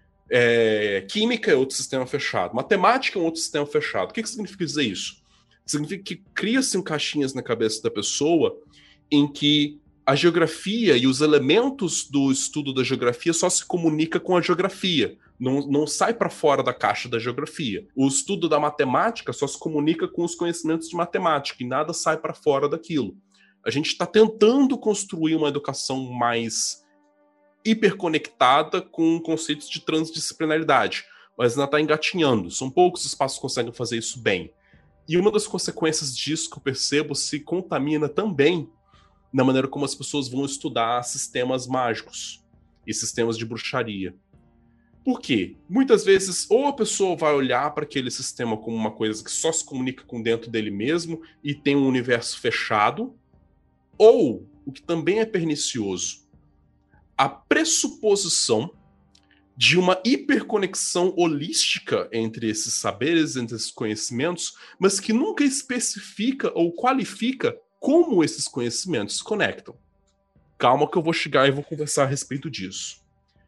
É, química é outro sistema fechado. Matemática é um outro sistema fechado. O que, que significa dizer isso? Significa que cria-se caixinhas na cabeça da pessoa em que a geografia e os elementos do estudo da geografia só se comunica com a geografia. Não, não sai para fora da caixa da geografia. O estudo da matemática só se comunica com os conhecimentos de matemática e nada sai para fora daquilo. A gente está tentando construir uma educação mais hiperconectada com conceitos de transdisciplinaridade, mas ainda está engatinhando. São poucos espaços que conseguem fazer isso bem. E uma das consequências disso que eu percebo se contamina também na maneira como as pessoas vão estudar sistemas mágicos e sistemas de bruxaria. Por quê? Muitas vezes, ou a pessoa vai olhar para aquele sistema como uma coisa que só se comunica com dentro dele mesmo e tem um universo fechado, ou, o que também é pernicioso, a pressuposição de uma hiperconexão holística entre esses saberes, entre esses conhecimentos, mas que nunca especifica ou qualifica como esses conhecimentos se conectam. Calma que eu vou chegar e vou conversar a respeito disso.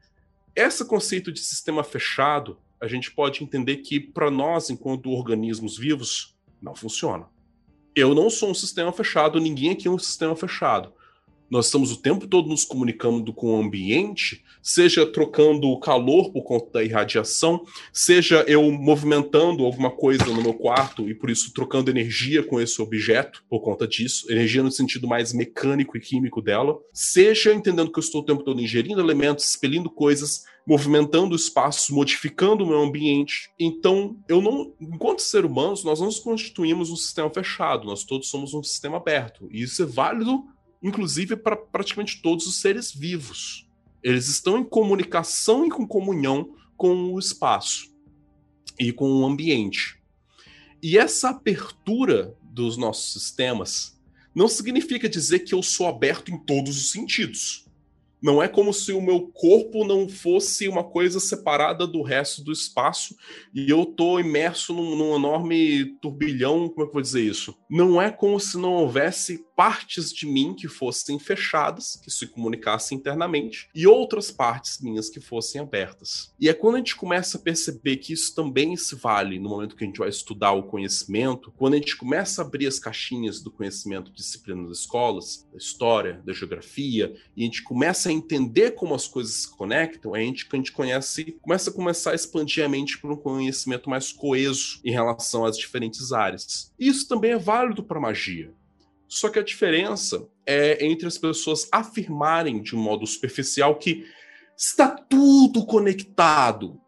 Esse conceito de sistema fechado, a gente pode entender que, para nós, enquanto organismos vivos, não funciona. Eu não sou um sistema fechado, ninguém aqui é um sistema fechado. Nós estamos o tempo todo nos comunicando com o ambiente, seja trocando calor por conta da irradiação, seja eu movimentando alguma coisa no meu quarto e por isso trocando energia com esse objeto por conta disso, energia no sentido mais mecânico e químico dela, seja entendendo que eu estou o tempo todo ingerindo elementos, expelindo coisas, movimentando espaços, modificando o meu ambiente. Então, eu não, enquanto seres humanos, nós não nos constituímos um sistema fechado, nós todos somos um sistema aberto, e isso é válido inclusive para praticamente todos os seres vivos. Eles estão em comunicação e com comunhão com o espaço e com o ambiente. E essa abertura dos nossos sistemas não significa dizer que eu sou aberto em todos os sentidos. Não é como se o meu corpo não fosse uma coisa separada do resto do espaço e eu estou imerso num, num enorme turbilhão, como é que eu vou dizer isso? Não é como se não houvesse partes de mim que fossem fechadas, que se comunicassem internamente, e outras partes minhas que fossem abertas. E é quando a gente começa a perceber que isso também se vale no momento que a gente vai estudar o conhecimento, quando a gente começa a abrir as caixinhas do conhecimento de disciplina das escolas, da história, da geografia, e a gente começa a entender como as coisas se conectam, a gente, a gente conhece, começa a começar a expandir a mente para um conhecimento mais coeso em relação às diferentes áreas. E isso também é válido para a magia. Só que a diferença é entre as pessoas afirmarem de um modo superficial que está tudo conectado.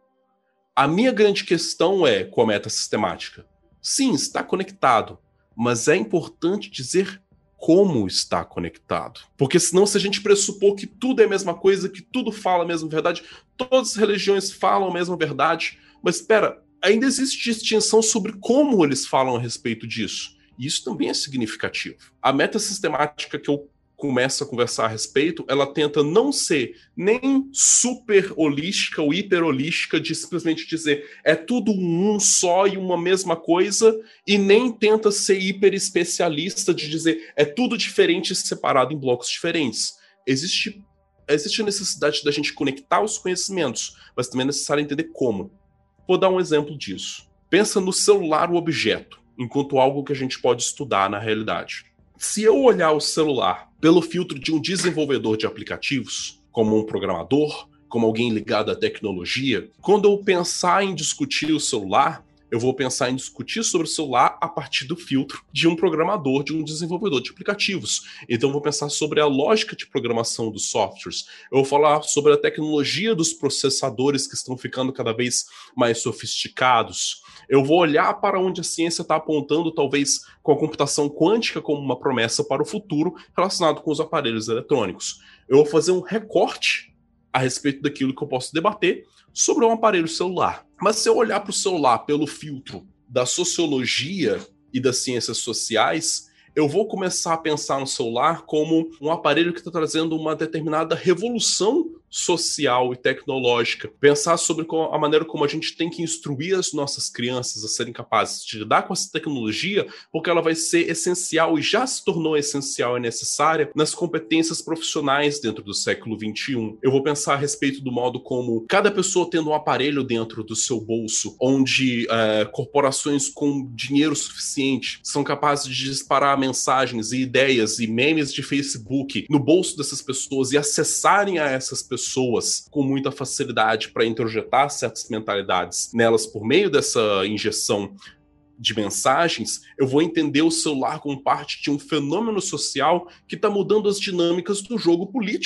A minha grande questão é com a metasistemática. Sim, está conectado, mas é importante dizer como está conectado. Porque senão, se a gente pressupor que tudo é a mesma coisa, que tudo fala a mesma verdade, todas as religiões falam a mesma verdade, mas espera, ainda existe distinção sobre como eles falam a respeito disso. E isso também é significativo. A metasistemática que eu começo a conversar a respeito, ela tenta não ser nem super holística ou hiper holística de simplesmente dizer é tudo um só e uma mesma coisa, e nem tenta ser hiper especialista de dizer é tudo diferente e separado em blocos diferentes. Existe, existe a necessidade da gente conectar os conhecimentos, mas também é necessário entender como. Vou dar um exemplo disso. Pensa no celular, o objeto, enquanto algo que a gente pode estudar na realidade. Se eu olhar o celular pelo filtro de um desenvolvedor de aplicativos, como um programador, como alguém ligado à tecnologia, quando eu pensar em discutir o celular, eu vou pensar em discutir sobre o celular a partir do filtro de um programador, de um desenvolvedor de aplicativos. Então eu vou pensar sobre a lógica de programação dos softwares. Eu vou falar sobre a tecnologia dos processadores que estão ficando cada vez mais sofisticados. Eu vou olhar para onde a ciência está apontando, talvez com a computação quântica como uma promessa para o futuro relacionado com os aparelhos eletrônicos. Eu vou fazer um recorte a respeito daquilo que eu posso debater sobre um aparelho celular. Mas se eu olhar para o celular pelo filtro da sociologia e das ciências sociais, eu vou começar a pensar no celular como um aparelho que está trazendo uma determinada revolução social e tecnológica. Pensar sobre a maneira como a gente tem que instruir as nossas crianças a serem capazes de lidar com essa tecnologia, porque ela vai ser essencial e já se tornou essencial e necessária nas competências profissionais dentro do século vinte e um. Eu vou pensar a respeito do modo como cada pessoa tendo um aparelho dentro do seu bolso, onde é, corporações com dinheiro suficiente são capazes de disparar mensagens e ideias e memes de Facebook no bolso dessas pessoas e acessarem a essas pessoas pessoas com muita facilidade para introjetar certas mentalidades nelas por meio dessa injeção de mensagens, eu vou entender o celular como parte de um fenômeno social que está mudando as dinâmicas do jogo político.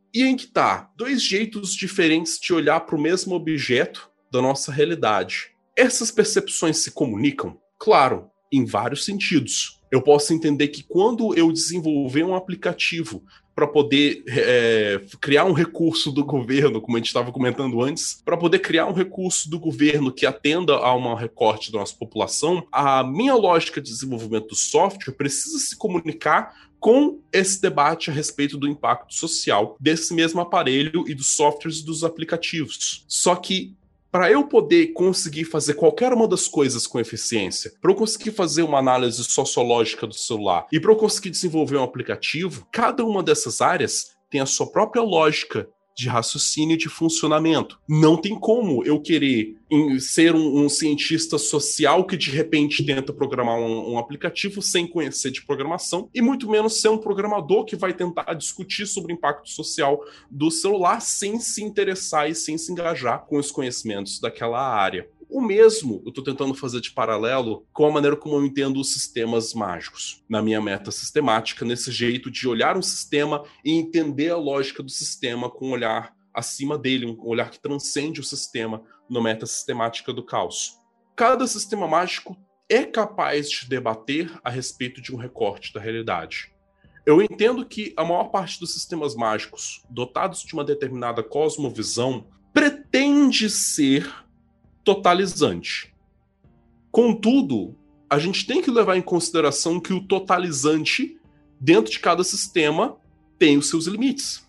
E em que tá? Dois jeitos diferentes de olhar para o mesmo objeto da nossa realidade. Essas percepções se comunicam? Claro, em vários sentidos. Eu posso entender que quando eu desenvolver um aplicativo para poder é, criar um recurso do governo, como a gente estava comentando antes, para poder criar um recurso do governo que atenda a um recorte da nossa população, a minha lógica de desenvolvimento do software precisa se comunicar com esse debate a respeito do impacto social desse mesmo aparelho e dos softwares e dos aplicativos. Só que para eu poder conseguir fazer qualquer uma das coisas com eficiência, para eu conseguir fazer uma análise sociológica do celular e para eu conseguir desenvolver um aplicativo, cada uma dessas áreas tem a sua própria lógica de raciocínio e de funcionamento. Não tem como eu querer ser um, um cientista social que de repente tenta programar um, um aplicativo sem conhecer de programação, e muito menos ser um programador que vai tentar discutir sobre o impacto social do celular sem se interessar e sem se engajar com os conhecimentos daquela área. O mesmo eu estou tentando fazer de paralelo com a maneira como eu entendo os sistemas mágicos, na minha meta sistemática, nesse jeito de olhar um sistema e entender a lógica do sistema com um olhar acima dele, um olhar que transcende o sistema na meta sistemática do caos. Cada sistema mágico é capaz de debater a respeito de um recorte da realidade. Eu entendo que a maior parte dos sistemas mágicos, dotados de uma determinada cosmovisão, pretende ser totalizante. Contudo, a gente tem que levar em consideração que o totalizante, dentro de cada sistema, tem os seus limites.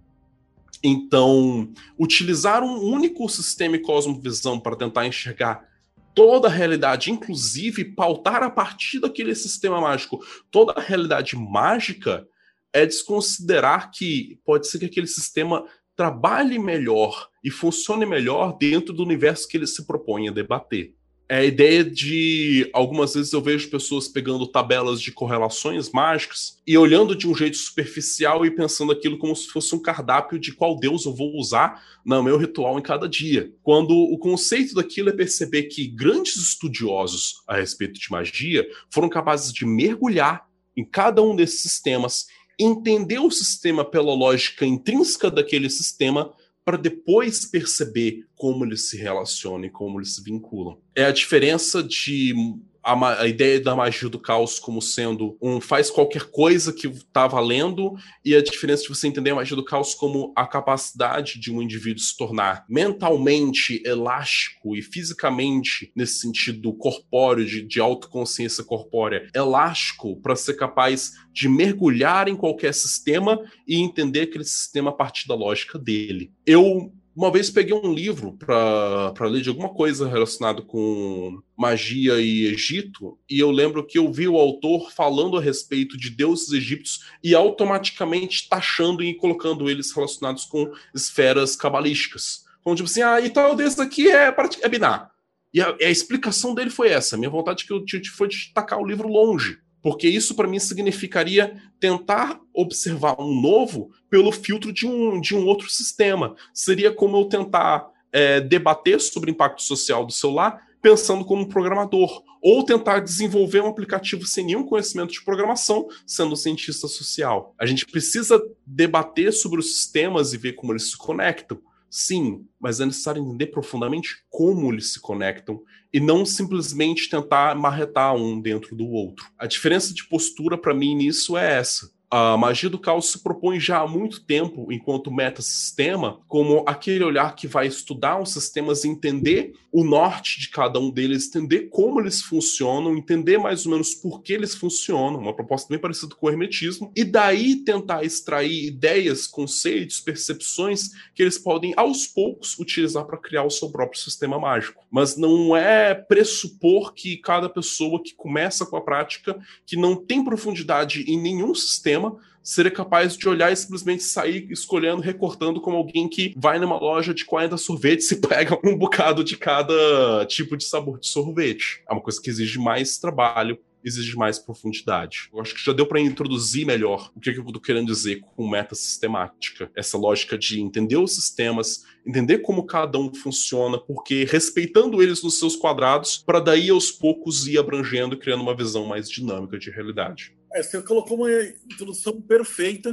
Então, utilizar um único sistema e cosmovisão para tentar enxergar toda a realidade, inclusive pautar a partir daquele sistema mágico toda a realidade mágica, é desconsiderar que pode ser que aquele sistema trabalhe melhor e funcione melhor dentro do universo que ele se propõe a debater. É a ideia de, algumas vezes eu vejo pessoas pegando tabelas de correlações mágicas e olhando de um jeito superficial e pensando aquilo como se fosse um cardápio de qual deus eu vou usar no meu ritual em cada dia. Quando o conceito daquilo é perceber que grandes estudiosos a respeito de magia foram capazes de mergulhar em cada um desses sistemas, entender o sistema pela lógica intrínseca daquele sistema, para depois perceber como eles se relacionam e como eles se vinculam. É a diferença de a, a ideia da magia do caos como sendo um faz qualquer coisa que está valendo, e a diferença de você entender a magia do caos como a capacidade de um indivíduo se tornar mentalmente elástico e fisicamente, nesse sentido corpóreo, de, de autoconsciência corpórea, elástico para ser capaz de mergulhar em qualquer sistema e entender aquele sistema a partir da lógica dele. Eu uma vez peguei um livro para ler de alguma coisa relacionada com magia e Egito, e eu lembro que eu vi o autor falando a respeito de deuses egípcios e automaticamente taxando e colocando eles relacionados com esferas cabalísticas. Então, tipo assim, ah, e tal desse aqui é, é binar. E a, a explicação dele foi essa. Minha vontade que eu tive foi de tacar o livro longe. Porque isso, para mim, significaria tentar observar um novo pelo filtro de um, de um outro sistema. Seria como eu tentar é, debater sobre o impacto social do celular pensando como um programador. Ou tentar desenvolver um aplicativo sem nenhum conhecimento de programação, sendo um cientista social. A gente precisa debater sobre os sistemas e ver como eles se conectam. Sim, mas é necessário entender profundamente como eles se conectam e não simplesmente tentar marretar um dentro do outro. A diferença de postura para mim nisso é essa. A magia do caos se propõe já há muito tempo, enquanto metasistema, como aquele olhar que vai estudar os sistemas e entender o norte de cada um deles, entender como eles funcionam, entender mais ou menos por que eles funcionam, uma proposta bem parecida com o hermetismo, e daí tentar extrair ideias, conceitos, percepções que eles podem, aos poucos, utilizar para criar o seu próprio sistema mágico. Mas não é pressupor que cada pessoa que começa com a prática, que não tem profundidade em nenhum sistema, seria capaz de olhar e simplesmente sair escolhendo, recortando como alguém que vai numa loja de quarenta sorvetes e pega um bocado de cada tipo de sabor de sorvete. É uma coisa que exige mais trabalho, exige mais profundidade. Eu acho que já deu para introduzir melhor o que eu estou querendo dizer com meta sistemática. Essa lógica de entender os sistemas, entender como cada um funciona, porque respeitando eles nos seus quadrados, para daí aos poucos ir abrangendo e criando uma visão mais dinâmica de realidade. É, você colocou uma introdução perfeita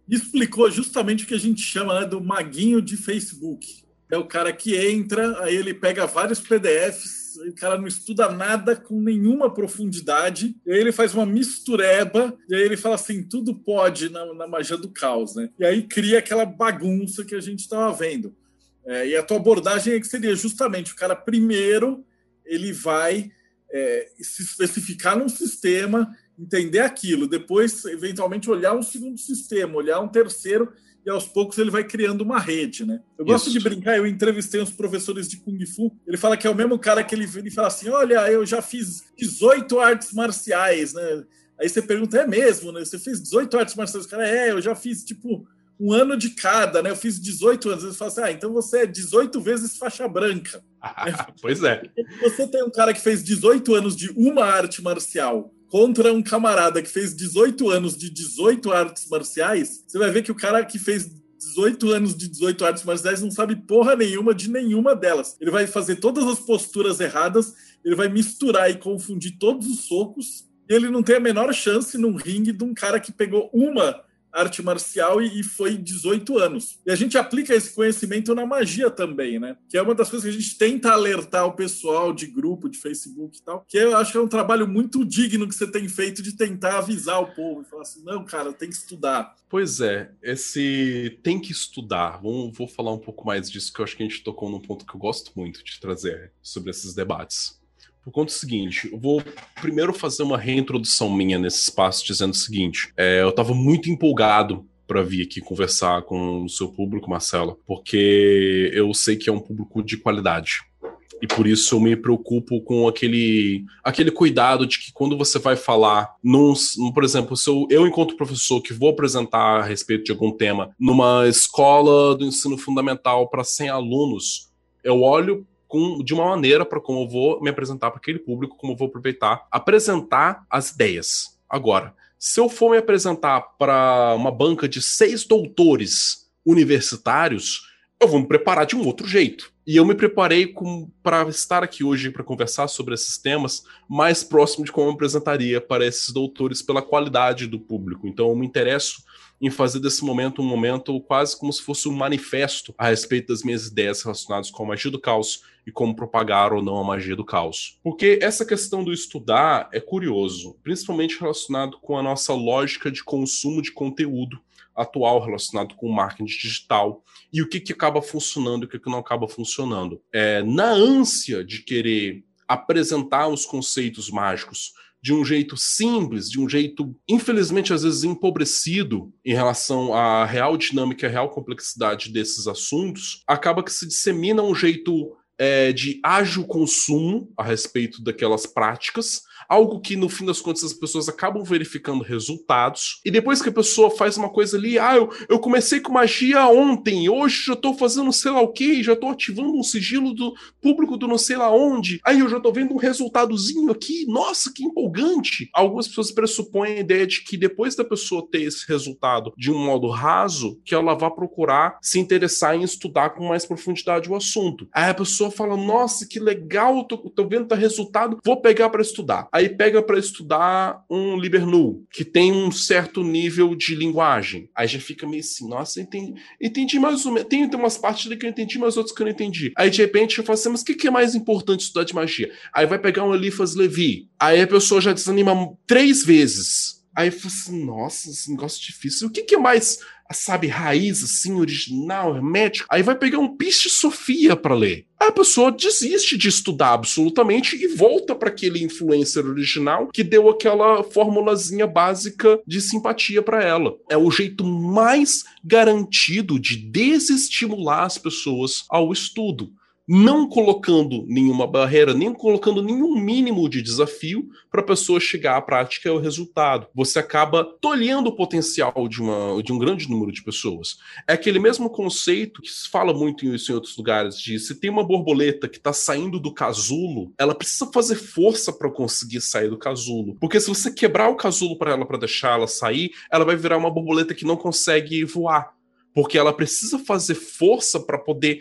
explicou justamente o que a gente chama, né, do maguinho de Facebook. É o cara que entra, aí ele pega vários P D Fs, o cara não estuda nada com nenhuma profundidade, e aí ele faz uma mistureba, e aí ele fala assim, tudo pode na, na magia do caos, né? E aí cria aquela bagunça que a gente estava vendo. É, e a tua abordagem é que seria justamente o cara primeiro, ele vai é, se especificar num sistema, entender aquilo, depois, eventualmente, olhar um segundo sistema, olhar um terceiro, e aos poucos ele vai criando uma rede, né? Eu gosto Isso. de brincar, eu entrevistei uns professores de Kung Fu, ele fala que é o mesmo cara que ele, ele fala assim, olha, eu já fiz dezoito artes marciais, né? Aí você pergunta, é mesmo, né? Você fez dezoito artes marciais? O cara, é, eu já fiz, tipo, um ano de cada, né? Eu fiz dezoito anos. Ele fala assim, ah, então você é dezoito vezes faixa branca. Pois é. Você tem um cara que fez dezoito anos de uma arte marcial contra um camarada que fez dezoito anos de dezoito artes marciais, você vai ver que o cara que fez dezoito anos de dezoito artes marciais não sabe porra nenhuma de nenhuma delas. Ele vai fazer todas as posturas erradas, ele vai misturar e confundir todos os socos, e ele não tem a menor chance num ringue de um cara que pegou uma arte marcial e, e foi dezoito anos. E a gente aplica esse conhecimento na magia também, né? Que é uma das coisas que a gente tenta alertar o pessoal de grupo, de Facebook e tal, que eu acho que é um trabalho muito digno que você tem feito de tentar avisar o povo e falar assim, não, cara, tem que estudar. Pois é, esse tem que estudar. Vamos, vou falar um pouco mais disso, que eu acho que a gente tocou num ponto que eu gosto muito de trazer sobre esses debates. Por conta do seguinte, eu vou primeiro fazer uma reintrodução minha nesse espaço, dizendo o seguinte, é, eu estava muito empolgado para vir aqui conversar com o seu público, Marcela, porque eu sei que é um público de qualidade. E por isso eu me preocupo com aquele, aquele cuidado de que quando você vai falar, num, por exemplo, se eu, eu, enquanto professor, que vou apresentar a respeito de algum tema numa escola do ensino fundamental para cem alunos, eu olho Com, de uma maneira para como eu vou me apresentar para aquele público, como eu vou aproveitar, apresentar as ideias. Agora, se eu for me apresentar para uma banca de seis doutores universitários, eu vou me preparar de um outro jeito. E eu me preparei para estar aqui hoje para conversar sobre esses temas mais próximo de como eu me apresentaria para esses doutores pela qualidade do público. Então eu me interesso em fazer desse momento um momento quase como se fosse um manifesto a respeito das minhas ideias relacionadas com a magia do caos e como propagar ou não a magia do caos. Porque essa questão do estudar é curioso, principalmente relacionado com a nossa lógica de consumo de conteúdo atual relacionado com o marketing digital e o que, que acaba funcionando e o que, que não acaba funcionando. É, na ânsia de querer apresentar os conceitos mágicos de um jeito simples, de um jeito, infelizmente, às vezes empobrecido em relação à real dinâmica e à real complexidade desses assuntos, acaba que se dissemina um jeito é, de ágil consumo a respeito daquelas práticas, algo que, no fim das contas, as pessoas acabam verificando resultados, e depois que a pessoa faz uma coisa ali, ah, eu, eu comecei com magia ontem, hoje já tô fazendo sei lá o quê, já tô ativando um sigilo do público do não sei lá onde, aí eu já tô vendo um resultadozinho aqui, nossa, que empolgante. Algumas pessoas pressupõem a ideia de que depois da pessoa ter esse resultado de um modo raso, que ela vai procurar se interessar em estudar com mais profundidade o assunto. Aí a pessoa fala, nossa, que legal, tô, tô vendo tá resultado, vou pegar para estudar. Aí pega para estudar um Libernu, que tem um certo nível de linguagem. Aí já fica meio assim, nossa, entendi, entendi mais ou menos. Tem, tem umas partes ali que eu entendi, mas outras que eu não entendi. Aí de repente eu falo assim, mas o que, que é mais importante estudar de magia? Aí vai pegar um Eliphas Levi. Aí a pessoa já desanima três vezes. Aí eu falo assim, nossa, esse negócio difícil. O que, que é mais, sabe, raiz, assim, original, hermético? Aí vai pegar um Piste Sofia para ler. Aí a pessoa desiste de estudar absolutamente e volta para aquele influencer original que deu aquela formulazinha básica de simpatia para ela. É o jeito mais garantido de desestimular as pessoas ao estudo. Não colocando nenhuma barreira, nem colocando nenhum mínimo de desafio para a pessoa chegar à prática e ao resultado. Você acaba tolhendo o potencial de, uma, de um grande número de pessoas. É aquele mesmo conceito que se fala muito isso em outros lugares, de se tem uma borboleta que está saindo do casulo, ela precisa fazer força para conseguir sair do casulo. Porque se você quebrar o casulo para ela, para deixar ela sair, ela vai virar uma borboleta que não consegue voar. Porque ela precisa fazer força para poder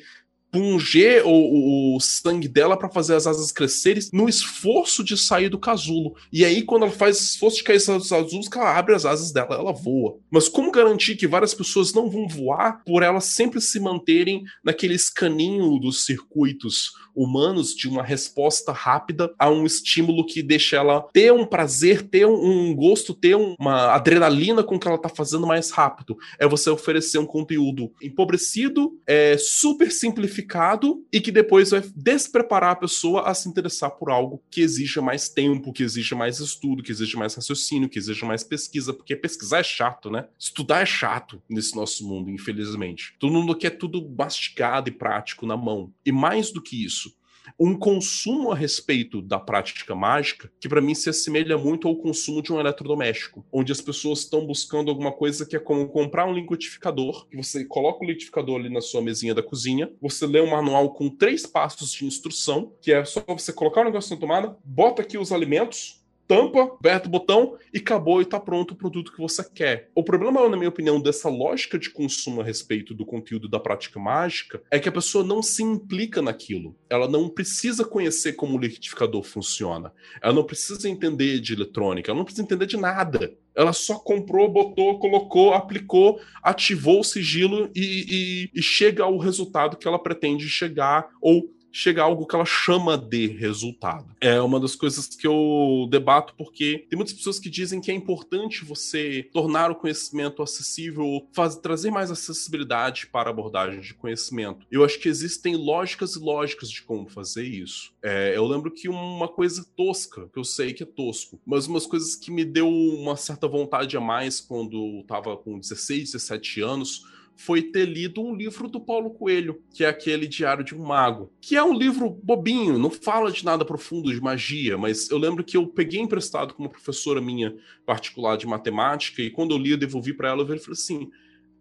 punger o, o sangue dela para fazer as asas crescerem no esforço de sair do casulo. E aí, quando ela faz esforço de cair essas asas, ela abre as asas dela, ela voa. Mas como garantir que várias pessoas não vão voar por elas sempre se manterem naquele escaninho dos circuitos humanos de uma resposta rápida a um estímulo que deixa ela ter um prazer, ter um, um gosto, ter um, uma adrenalina com o que ela tá fazendo mais rápido? É você oferecer um conteúdo empobrecido, é, super simplificado e que depois vai despreparar a pessoa a se interessar por algo que exija mais tempo, que exija mais estudo, que exija mais raciocínio, que exija mais pesquisa, porque pesquisar é chato, né? Estudar é chato nesse nosso mundo, infelizmente. Todo mundo quer tudo mastigado e prático na mão. E mais do que isso, um consumo a respeito da prática mágica que para mim se assemelha muito ao consumo de um eletrodoméstico, onde as pessoas estão buscando alguma coisa que é como comprar um liquidificador, que você coloca o liquidificador ali na sua mesinha da cozinha, você lê um manual com três passos de instrução, que é só você colocar o negócio na tomada, bota aqui os alimentos, tampa, aperta o botão e acabou e tá pronto o produto que você quer. O problema, na minha opinião, dessa lógica de consumo a respeito do conteúdo da prática mágica é que a pessoa não se implica naquilo. Ela não precisa conhecer como o liquidificador funciona. Ela não precisa entender de eletrônica, ela não precisa entender de nada. Ela só comprou, botou, colocou, aplicou, ativou o sigilo e, e, e chega ao resultado que ela pretende chegar, ou chega a algo que ela chama de resultado. É uma das coisas que eu debato, porque tem muitas pessoas que dizem que é importante você tornar o conhecimento acessível, faz, trazer mais acessibilidade para a abordagem de conhecimento. Eu acho que existem lógicas e lógicas de como fazer isso. É, eu lembro que uma coisa tosca, que eu sei que é tosco, mas umas coisas que me deu uma certa vontade a mais quando eu estava com dezesseis, dezessete anos, foi ter lido um livro do Paulo Coelho, que é aquele Diário de um Mago, que é um livro bobinho, não fala de nada profundo de magia, mas eu lembro que eu peguei emprestado com uma professora minha particular de matemática, e quando eu li, eu devolvi para ela, eu falei assim,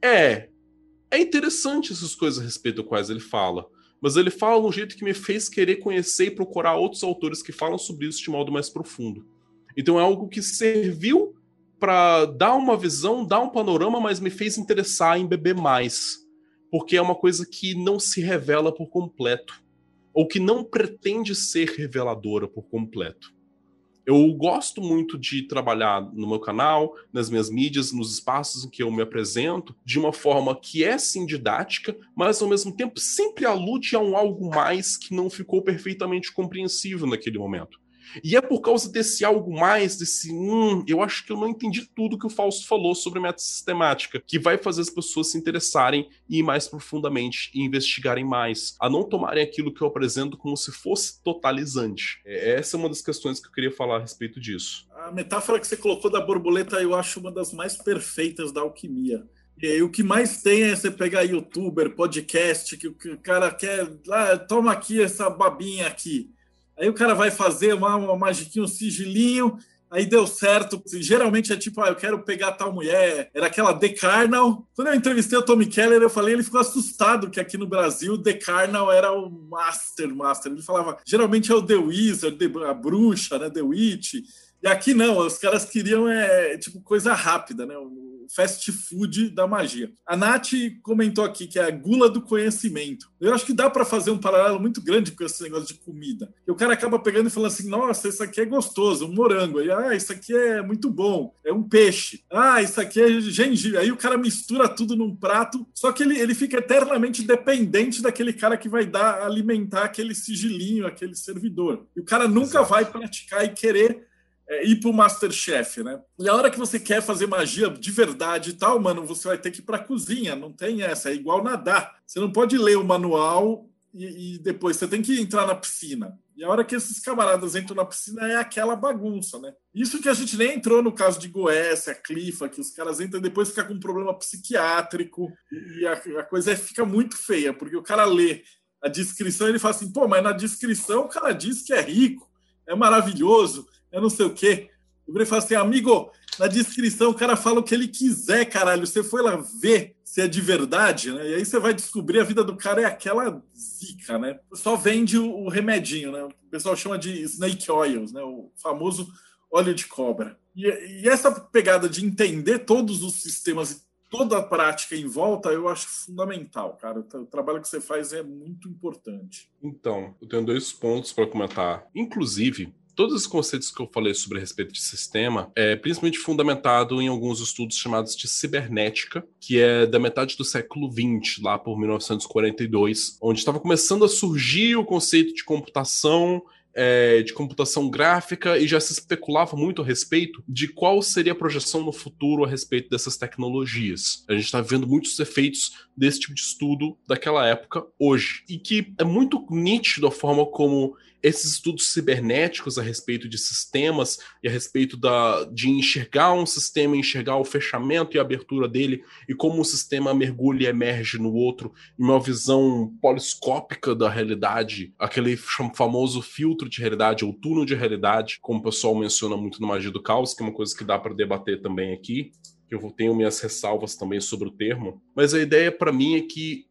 é, é interessante essas coisas a respeito das quais ele fala, mas ele fala de um jeito que me fez querer conhecer e procurar outros autores que falam sobre isso de modo mais profundo. Então é algo que serviu para dar uma visão, dar um panorama, mas me fez interessar em beber mais. Porque é uma coisa que não se revela por completo. Ou que não pretende ser reveladora por completo. Eu gosto muito de trabalhar no meu canal, nas minhas mídias, nos espaços em que eu me apresento, de uma forma que é sim didática, mas ao mesmo tempo sempre alude a um algo mais que não ficou perfeitamente compreensível naquele momento. E é por causa desse algo mais, desse hum, eu acho que eu não entendi tudo que o Fausto falou sobre metasistemática, que vai fazer as pessoas se interessarem e ir mais profundamente e investigarem mais, a não tomarem aquilo que eu apresento como se fosse totalizante. Essa é uma das questões que eu queria falar a respeito disso. A metáfora que você colocou da borboleta eu acho uma das mais perfeitas da alquimia. E aí, o que mais tem é você pegar youtuber, podcast, que o cara quer, ah, toma aqui essa babinha aqui. Aí o cara vai fazer uma, uma magiquinha, um sigilinho, aí deu certo. Geralmente é tipo, ah, eu quero pegar tal mulher. Era aquela The Carnal. Quando eu entrevistei o Tommy Keller, eu falei, ele ficou assustado que aqui no Brasil The Carnal era o Master, Master. Ele falava, geralmente é o The Wizard, a bruxa, né, The Witch. E aqui não, os caras queriam é, tipo coisa rápida, né? O fast food da magia. A Nath comentou aqui que é a gula do conhecimento. Eu acho que dá para fazer um paralelo muito grande com esse negócio de comida. E o cara acaba pegando e falando assim, nossa, isso aqui é gostoso, um morango. Aí, ah, isso aqui é muito bom, é um peixe. Ah, isso aqui é gengibre. Aí o cara mistura tudo num prato, só que ele, ele fica eternamente dependente daquele cara que vai dar, alimentar aquele sigilinho, aquele servidor. E o cara nunca Exato. Vai praticar e querer É, ir pro Masterchef, né? E a hora que você quer fazer magia de verdade e tal, mano, você vai ter que ir pra cozinha, não tem essa, é igual nadar. Você não pode ler o manual e, e depois você tem que entrar na piscina. E a hora que esses camaradas entram na piscina é aquela bagunça, né? Isso que a gente nem entrou no caso de Goécia, Clifa, que os caras entram e depois fica com um problema psiquiátrico e a, a coisa fica muito feia, porque o cara lê a descrição e ele fala assim, pô, mas na descrição o cara diz que é rico, é maravilhoso, eu não sei o quê. Eu falei assim, amigo, na descrição o cara fala o que ele quiser, caralho. Você foi lá ver se é de verdade, né? E aí você vai descobrir a vida do cara é aquela zica, né? Só vende o, o remedinho, né? O pessoal chama de snake oils, né? O famoso óleo de cobra. E, e essa pegada de entender todos os sistemas toda a prática em volta, eu acho fundamental, cara. O trabalho que você faz é muito importante. Então, eu tenho dois pontos para comentar. Inclusive, todos os conceitos que eu falei sobre a respeito de sistema é principalmente fundamentado em alguns estudos chamados de cibernética, que é da metade do século vinte, lá por mil novecentos e quarenta e dois, onde estava começando a surgir o conceito de computação, é, de computação gráfica, e já se especulava muito a respeito de qual seria a projeção no futuro a respeito dessas tecnologias. A gente está vendo muitos efeitos desse tipo de estudo daquela época hoje, e que é muito nítido a forma como esses estudos cibernéticos a respeito de sistemas e a respeito da, de enxergar um sistema, enxergar o fechamento e a abertura dele, e como o sistema mergulha e emerge no outro, em uma visão poliscópica da realidade, aquele famoso filtro de realidade, ou túnel de realidade, como o pessoal menciona muito no Magia do Caos, que é uma coisa que dá para debater também aqui, que eu tenho minhas ressalvas também sobre o termo, mas a ideia para mim é que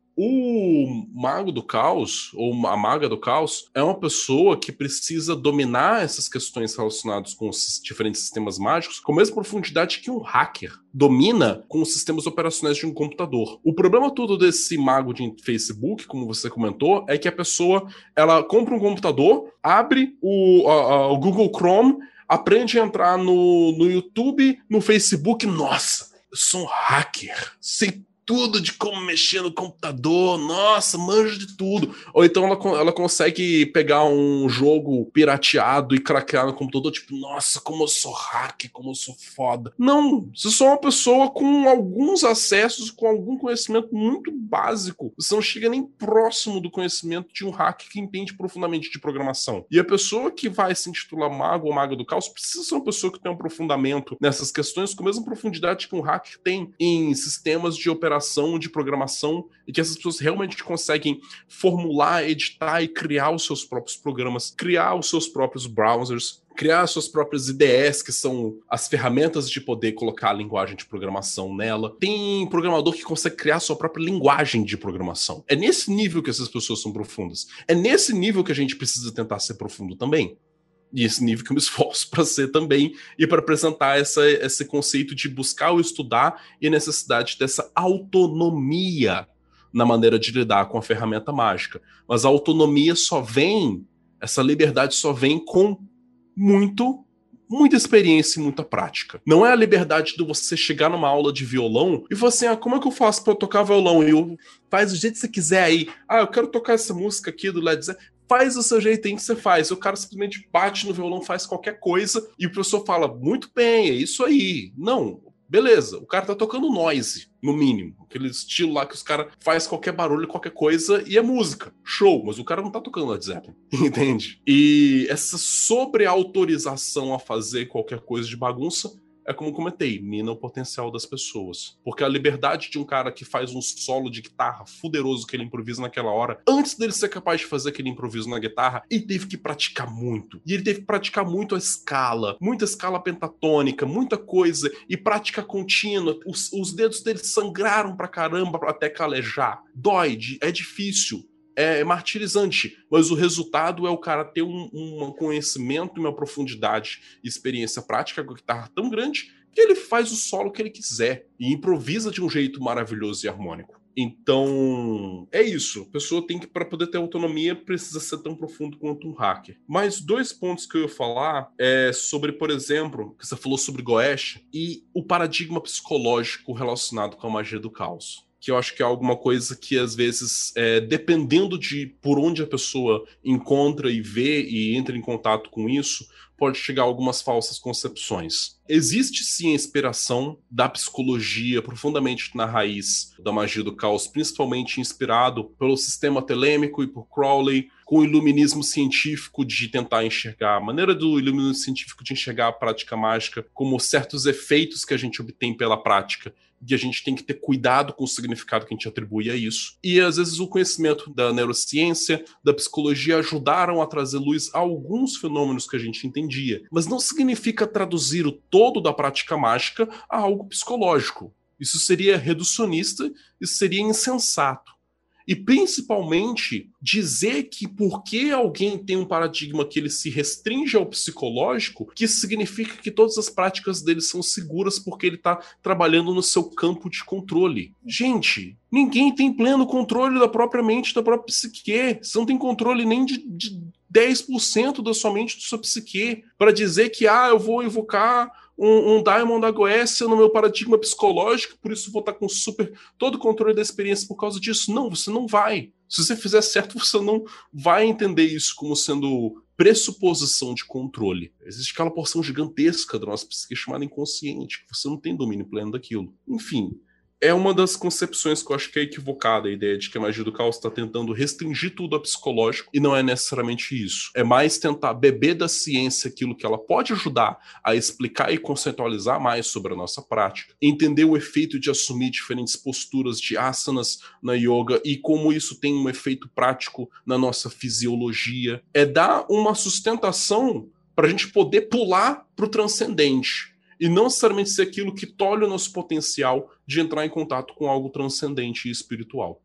o mago do caos, ou a maga do caos, é uma pessoa que precisa dominar essas questões relacionadas com os diferentes sistemas mágicos com a mesma profundidade que um hacker domina com os sistemas operacionais de um computador. O problema todo desse mago de Facebook, como você comentou, é que a pessoa, ela compra um computador, abre o, a, a, o Google Chrome, aprende a entrar no, no YouTube, no Facebook, nossa, eu sou um hacker, sei tudo de como mexer no computador, nossa, manjo de tudo. Ou então ela, ela consegue pegar um jogo pirateado e craquear no computador, tipo, nossa, como eu sou hacker, como eu sou foda. Não, você só é uma pessoa com alguns acessos, com algum conhecimento muito básico. Você não chega nem próximo do conhecimento de um hacker que entende profundamente de programação. E a pessoa que vai se intitular mago ou maga do caos precisa ser uma pessoa que tem um aprofundamento nessas questões com a mesma profundidade que um hacker tem em sistemas de operação, de programação, e que essas pessoas realmente conseguem formular, editar e criar os seus próprios programas, criar os seus próprios browsers, criar as suas próprias I D Es, que são as ferramentas de poder colocar a linguagem de programação nela. Tem programador que consegue criar a sua própria linguagem de programação. É nesse nível que essas pessoas são profundas. É nesse nível que a gente precisa tentar ser profundo também. E esse nível que eu me esforço para ser também, e para apresentar essa, esse conceito de buscar o estudar e a necessidade dessa autonomia na maneira de lidar com a ferramenta mágica. Mas a autonomia só vem, essa liberdade só vem com muito, muita experiência e muita prática. Não é a liberdade de você chegar numa aula de violão e falar assim, ah, como é que eu faço para tocar violão? E eu faz do jeito que você quiser aí. Ah, eu quero tocar essa música aqui do Led Zeppelin. Faz o seu jeitinho que você faz. O cara simplesmente bate no violão, faz qualquer coisa, e o professor fala, muito bem, é isso aí. Não, beleza, o cara tá tocando noise, no mínimo. Aquele estilo lá que os caras faz qualquer barulho, qualquer coisa, e é música. Show, mas o cara não tá tocando Led Zeppelin, entende? E essa sobreautorização a fazer qualquer coisa de bagunça é como eu comentei, mina o potencial das pessoas. Porque a liberdade de um cara que faz um solo de guitarra fuderoso que ele improvisa naquela hora, antes dele ser capaz de fazer aquele improviso na guitarra, ele teve que praticar muito. E ele teve que praticar muito a escala, muita escala pentatônica, muita coisa, e prática contínua. Os, os dedos dele sangraram pra caramba até calejar. Dói, é difícil. É martirizante, mas o resultado é o cara ter um, um conhecimento e uma profundidade e experiência prática com a guitarra tão grande que ele faz o solo que ele quiser e improvisa de um jeito maravilhoso e harmônico. Então, é isso. A pessoa tem que, para poder ter autonomia, precisa ser tão profundo quanto um hacker. Mas dois pontos que eu ia falar é sobre, por exemplo, que você falou sobre Goesch e o paradigma psicológico relacionado com a magia do caos. Que eu acho que é alguma coisa que, às vezes, é, dependendo de por onde a pessoa encontra e vê e entra em contato com isso, pode chegar a algumas falsas concepções. Existe, sim, a inspiração da psicologia profundamente na raiz da magia do caos, principalmente inspirado pelo sistema telêmico e por Crowley, com o iluminismo científico de tentar enxergar, a maneira do iluminismo científico de enxergar a prática mágica como certos efeitos que a gente obtém pela prática, e a gente tem que ter cuidado com o significado que a gente atribui a isso. E, às vezes, o conhecimento da neurociência, da psicologia, ajudaram a trazer luz a alguns fenômenos que a gente entendia. Mas não significa traduzir o todo da prática mágica a algo psicológico. Isso seria reducionista, isso seria insensato. E principalmente dizer que porque alguém tem um paradigma que ele se restringe ao psicológico, que isso significa que todas as práticas dele são seguras porque ele está trabalhando no seu campo de controle. Gente, ninguém tem pleno controle da própria mente, da própria psique. Você não tem controle nem de, de dez por cento da sua mente, da sua psique, para dizer que, ah, eu vou invocar um, um Daimon da Goécia no meu paradigma psicológico, por isso vou estar com super todo o controle da experiência por causa disso. Não, você não vai. Se você fizer certo, você não vai entender isso como sendo pressuposição de controle. Existe aquela porção gigantesca da nossa psique chamada inconsciente, que você não tem domínio pleno daquilo. Enfim, é uma das concepções que eu acho que é equivocada, a ideia de que a magia do caos está tentando restringir tudo a psicológico, e não é necessariamente isso. É mais tentar beber da ciência aquilo que ela pode ajudar a explicar e conceitualizar mais sobre a nossa prática, entender o efeito de assumir diferentes posturas de asanas na yoga e como isso tem um efeito prático na nossa fisiologia. É dar uma sustentação para a gente poder pular para o transcendente. E não necessariamente ser aquilo que tolhe o nosso potencial de entrar em contato com algo transcendente e espiritual.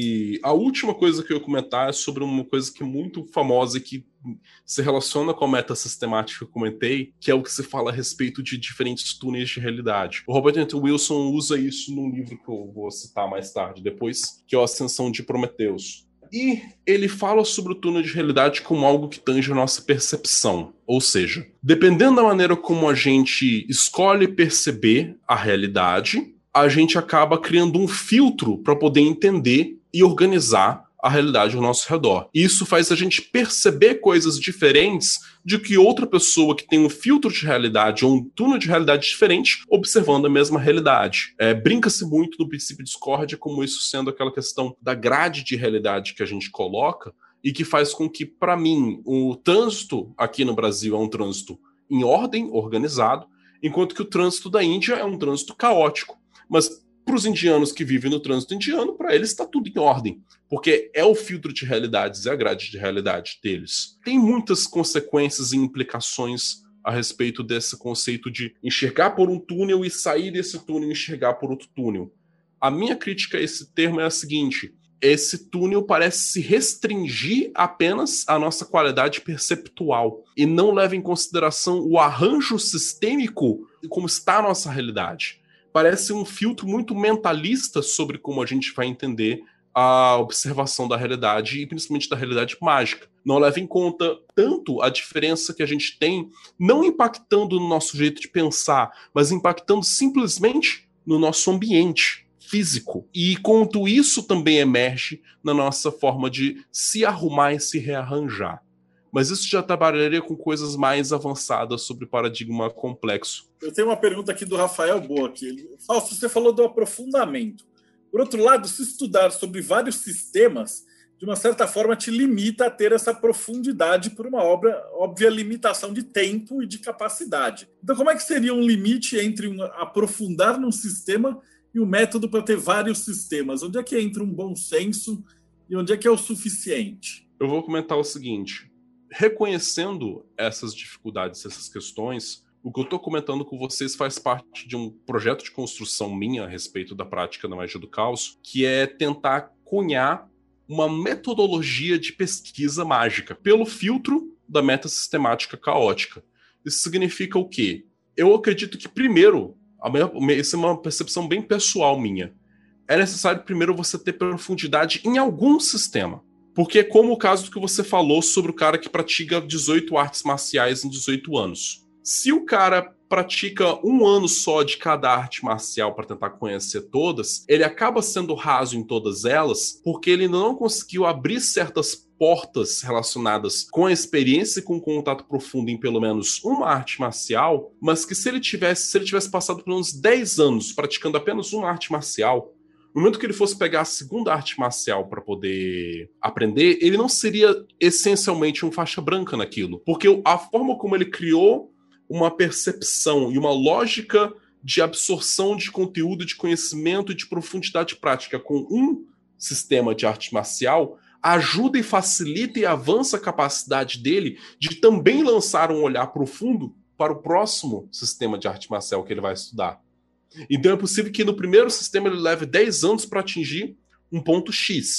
E a última coisa que eu ia comentar é sobre uma coisa que é muito famosa e que se relaciona com a metasistemática que eu comentei, que é o que se fala a respeito de diferentes túneis de realidade. O Robert Anton Wilson usa isso num livro que eu vou citar mais tarde, depois, que é a Ascensão de Prometeus. E ele fala sobre o túnel de realidade como algo que tange a nossa percepção. Ou seja, dependendo da maneira como a gente escolhe perceber a realidade, a gente acaba criando um filtro para poder entender e organizar a realidade ao nosso redor. Isso faz a gente perceber coisas diferentes de que outra pessoa que tem um filtro de realidade ou um túnel de realidade diferente observando a mesma realidade. É, brinca-se muito no princípio de discórdia como isso sendo aquela questão da grade de realidade que a gente coloca e que faz com que, para mim, o trânsito aqui no Brasil é um trânsito em ordem, organizado, enquanto que o trânsito da Índia é um trânsito caótico. Mas para os indianos que vivem no trânsito indiano, para eles está tudo em ordem, porque é o filtro de realidades, é a grade de realidade deles. Tem muitas consequências e implicações a respeito desse conceito de enxergar por um túnel e sair desse túnel e enxergar por outro túnel. A minha crítica a esse termo é a seguinte: esse túnel parece se restringir apenas à nossa qualidade perceptual e não leva em consideração o arranjo sistêmico e como está a nossa realidade. Parece um filtro muito mentalista sobre como a gente vai entender a observação da realidade e principalmente da realidade mágica. Não leva em conta tanto a diferença que a gente tem, não impactando no nosso jeito de pensar, mas impactando simplesmente no nosso ambiente físico. E quanto isso também emerge na nossa forma de se arrumar e se rearranjar. Mas isso já trabalharia com coisas mais avançadas sobre paradigma complexo. Eu tenho uma pergunta aqui do Rafael Boa. Fausto, você falou do aprofundamento. Por outro lado, se estudar sobre vários sistemas, de uma certa forma, te limita a ter essa profundidade por uma obra, óbvia limitação de tempo e de capacidade. Então, como é que seria um limite entre um aprofundar num sistema e um método para ter vários sistemas? Onde é que entra um bom senso e onde é que é o suficiente? Eu vou comentar o seguinte. Reconhecendo essas dificuldades, essas questões, o que eu estou comentando com vocês faz parte de um projeto de construção minha a respeito da prática da magia do caos, que é tentar cunhar uma metodologia de pesquisa mágica pelo filtro da metasistemática caótica. Isso significa o quê? Eu acredito que, primeiro, a minha, isso é uma percepção bem pessoal minha, é necessário primeiro você ter profundidade em algum sistema. Porque é como o caso que você falou sobre o cara que pratica dezoito artes marciais em dezoito anos. Se o cara pratica um ano só de cada arte marcial para tentar conhecer todas, ele acaba sendo raso em todas elas, porque ele não conseguiu abrir certas portas relacionadas com a experiência e com o contato profundo em pelo menos uma arte marcial, mas que se ele tivesse, se ele tivesse passado por uns dez anos praticando apenas uma arte marcial, no momento que ele fosse pegar a segunda arte marcial para poder aprender, ele não seria essencialmente um faixa branca naquilo. Porque a forma como ele criou uma percepção e uma lógica de absorção de conteúdo, de conhecimento e de profundidade prática com um sistema de arte marcial ajuda e facilita e avança a capacidade dele de também lançar um olhar profundo para o próximo sistema de arte marcial que ele vai estudar. Então é possível que no primeiro sistema ele leve dez anos para atingir um ponto X.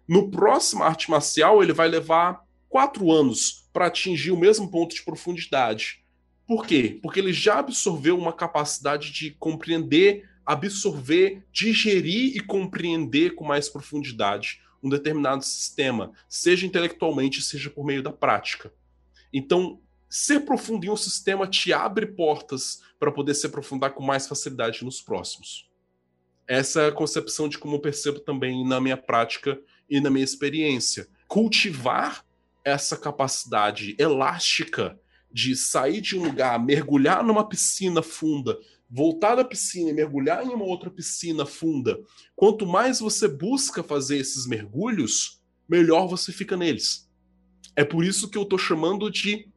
No próximo arte marcial, ele vai levar quatro anos para atingir o mesmo ponto de profundidade. Por quê? Porque ele já absorveu uma capacidade de compreender, absorver, digerir e compreender com mais profundidade um determinado sistema, seja intelectualmente, seja por meio da prática. Então, ser profundo em um sistema te abre portas para poder se aprofundar com mais facilidade nos próximos. Essa é a concepção de como eu percebo também na minha prática e na minha experiência. Cultivar essa capacidade elástica de sair de um lugar, mergulhar numa piscina funda, voltar da piscina e mergulhar em uma outra piscina funda. Quanto mais você busca fazer esses mergulhos, melhor você fica neles. É por isso que eu estou chamando de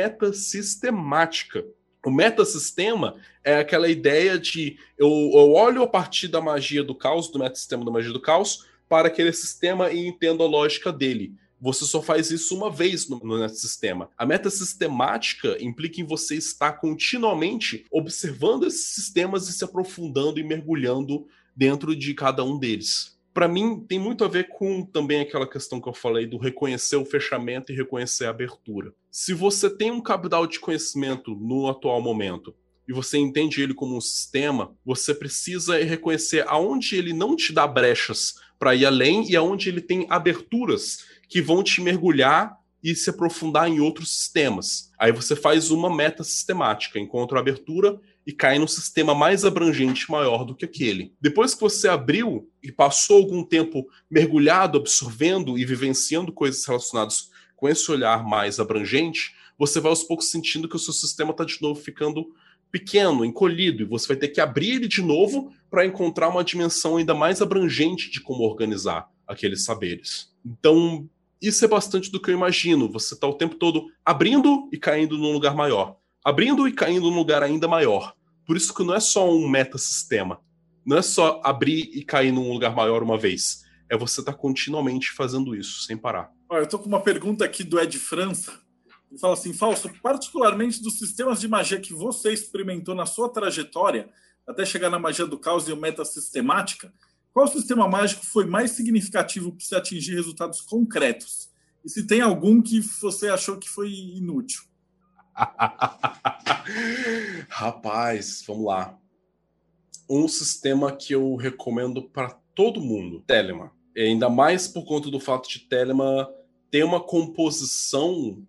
metasistemática. O metasistema é aquela ideia de eu, eu olho a partir da magia do caos, do metasistema da magia do caos, para aquele sistema e entendo a lógica dele. Você só faz isso uma vez no, no metasistema. A metasistemática implica em você estar continuamente observando esses sistemas e se aprofundando e mergulhando dentro de cada um deles. Para mim, tem muito a ver com também aquela questão que eu falei do reconhecer o fechamento e reconhecer a abertura. Se você tem um capital de conhecimento no atual momento e você entende ele como um sistema, você precisa reconhecer aonde ele não te dá brechas para ir além e aonde ele tem aberturas que vão te mergulhar e se aprofundar em outros sistemas. Aí você faz uma meta sistemática, encontra a abertura e cai num sistema mais abrangente, maior do que aquele. Depois que você abriu e passou algum tempo mergulhado, absorvendo e vivenciando coisas relacionadas com esse olhar mais abrangente, você vai aos poucos sentindo que o seu sistema está de novo ficando pequeno, encolhido, e você vai ter que abrir ele de novo para encontrar uma dimensão ainda mais abrangente de como organizar aqueles saberes. Então, isso é bastante do que eu imagino. Você está o tempo todo abrindo e caindo num lugar maior. Abrindo e caindo num lugar ainda maior. Por isso que não é só um metasistema. Não é só abrir e cair num lugar maior uma vez. É você estar tá continuamente fazendo isso, sem parar. Olha, eu estou com uma pergunta aqui do Ed França. Ele fala assim, Fausto, particularmente dos sistemas de magia que você experimentou na sua trajetória, até chegar na magia do caos e o metasistemática, qual sistema mágico foi mais significativo para você atingir resultados concretos? E se tem algum que você achou que foi inútil? Rapaz, vamos lá. Um sistema que eu recomendo para todo mundo, Telema. E ainda mais por conta do fato de Telema ter uma composição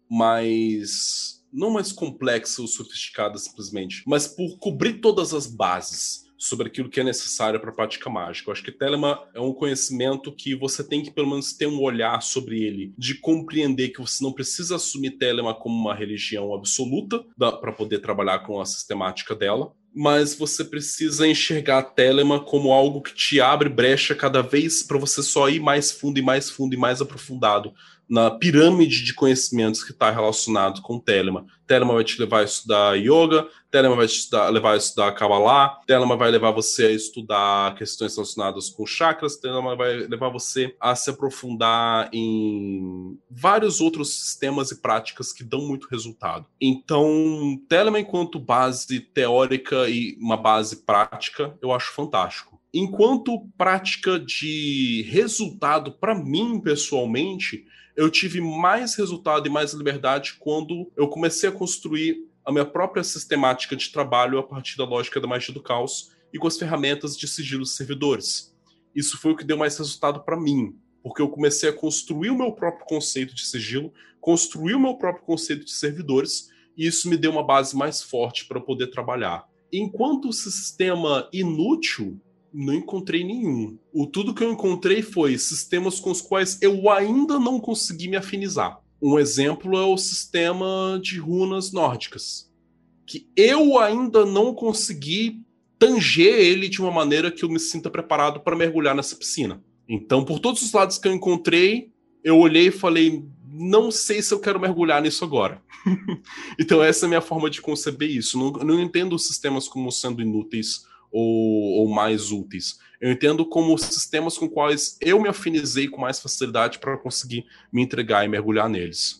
mais... não mais complexa ou sofisticada simplesmente, mas por cobrir todas as bases sobre aquilo que é necessário para a prática mágica. Eu acho que Telema é um conhecimento que você tem que pelo menos ter um olhar sobre ele, de compreender que você não precisa assumir Telema como uma religião absoluta para poder trabalhar com a sistemática dela, mas você precisa enxergar a Telema como algo que te abre brecha cada vez para você só ir mais fundo e mais fundo e mais aprofundado na pirâmide de conhecimentos que está relacionado com Telema. Telema vai te levar a estudar yoga, Telema vai te estudar, levar a estudar Kabbalah, Telema vai levar você a estudar questões relacionadas com chakras, Telema vai levar você a se aprofundar em vários outros sistemas e práticas que dão muito resultado. Então, Telema enquanto base teórica e uma base prática, eu acho fantástico. Enquanto prática de resultado, para mim, pessoalmente, eu tive mais resultado e mais liberdade quando eu comecei a construir a minha própria sistemática de trabalho a partir da lógica da magia do caos e com as ferramentas de sigilo dos servidores. Isso foi o que deu mais resultado para mim, porque eu comecei a construir o meu próprio conceito de sigilo, construir o meu próprio conceito de servidores, e isso me deu uma base mais forte para poder trabalhar. Enquanto sistema inútil, não encontrei nenhum. O tudo que eu encontrei foi sistemas com os quais eu ainda não consegui me afinizar. Um exemplo é o sistema de runas nórdicas, que eu ainda não consegui tanger ele de uma maneira que eu me sinta preparado para mergulhar nessa piscina. Então, por todos os lados que eu encontrei, eu olhei e falei, não sei se eu quero mergulhar nisso agora. Então, essa é a minha forma de conceber isso. Não, não entendo os sistemas como sendo inúteis Ou, ou mais úteis. Eu entendo como sistemas com quais eu me afinizei com mais facilidade para conseguir me entregar e mergulhar neles.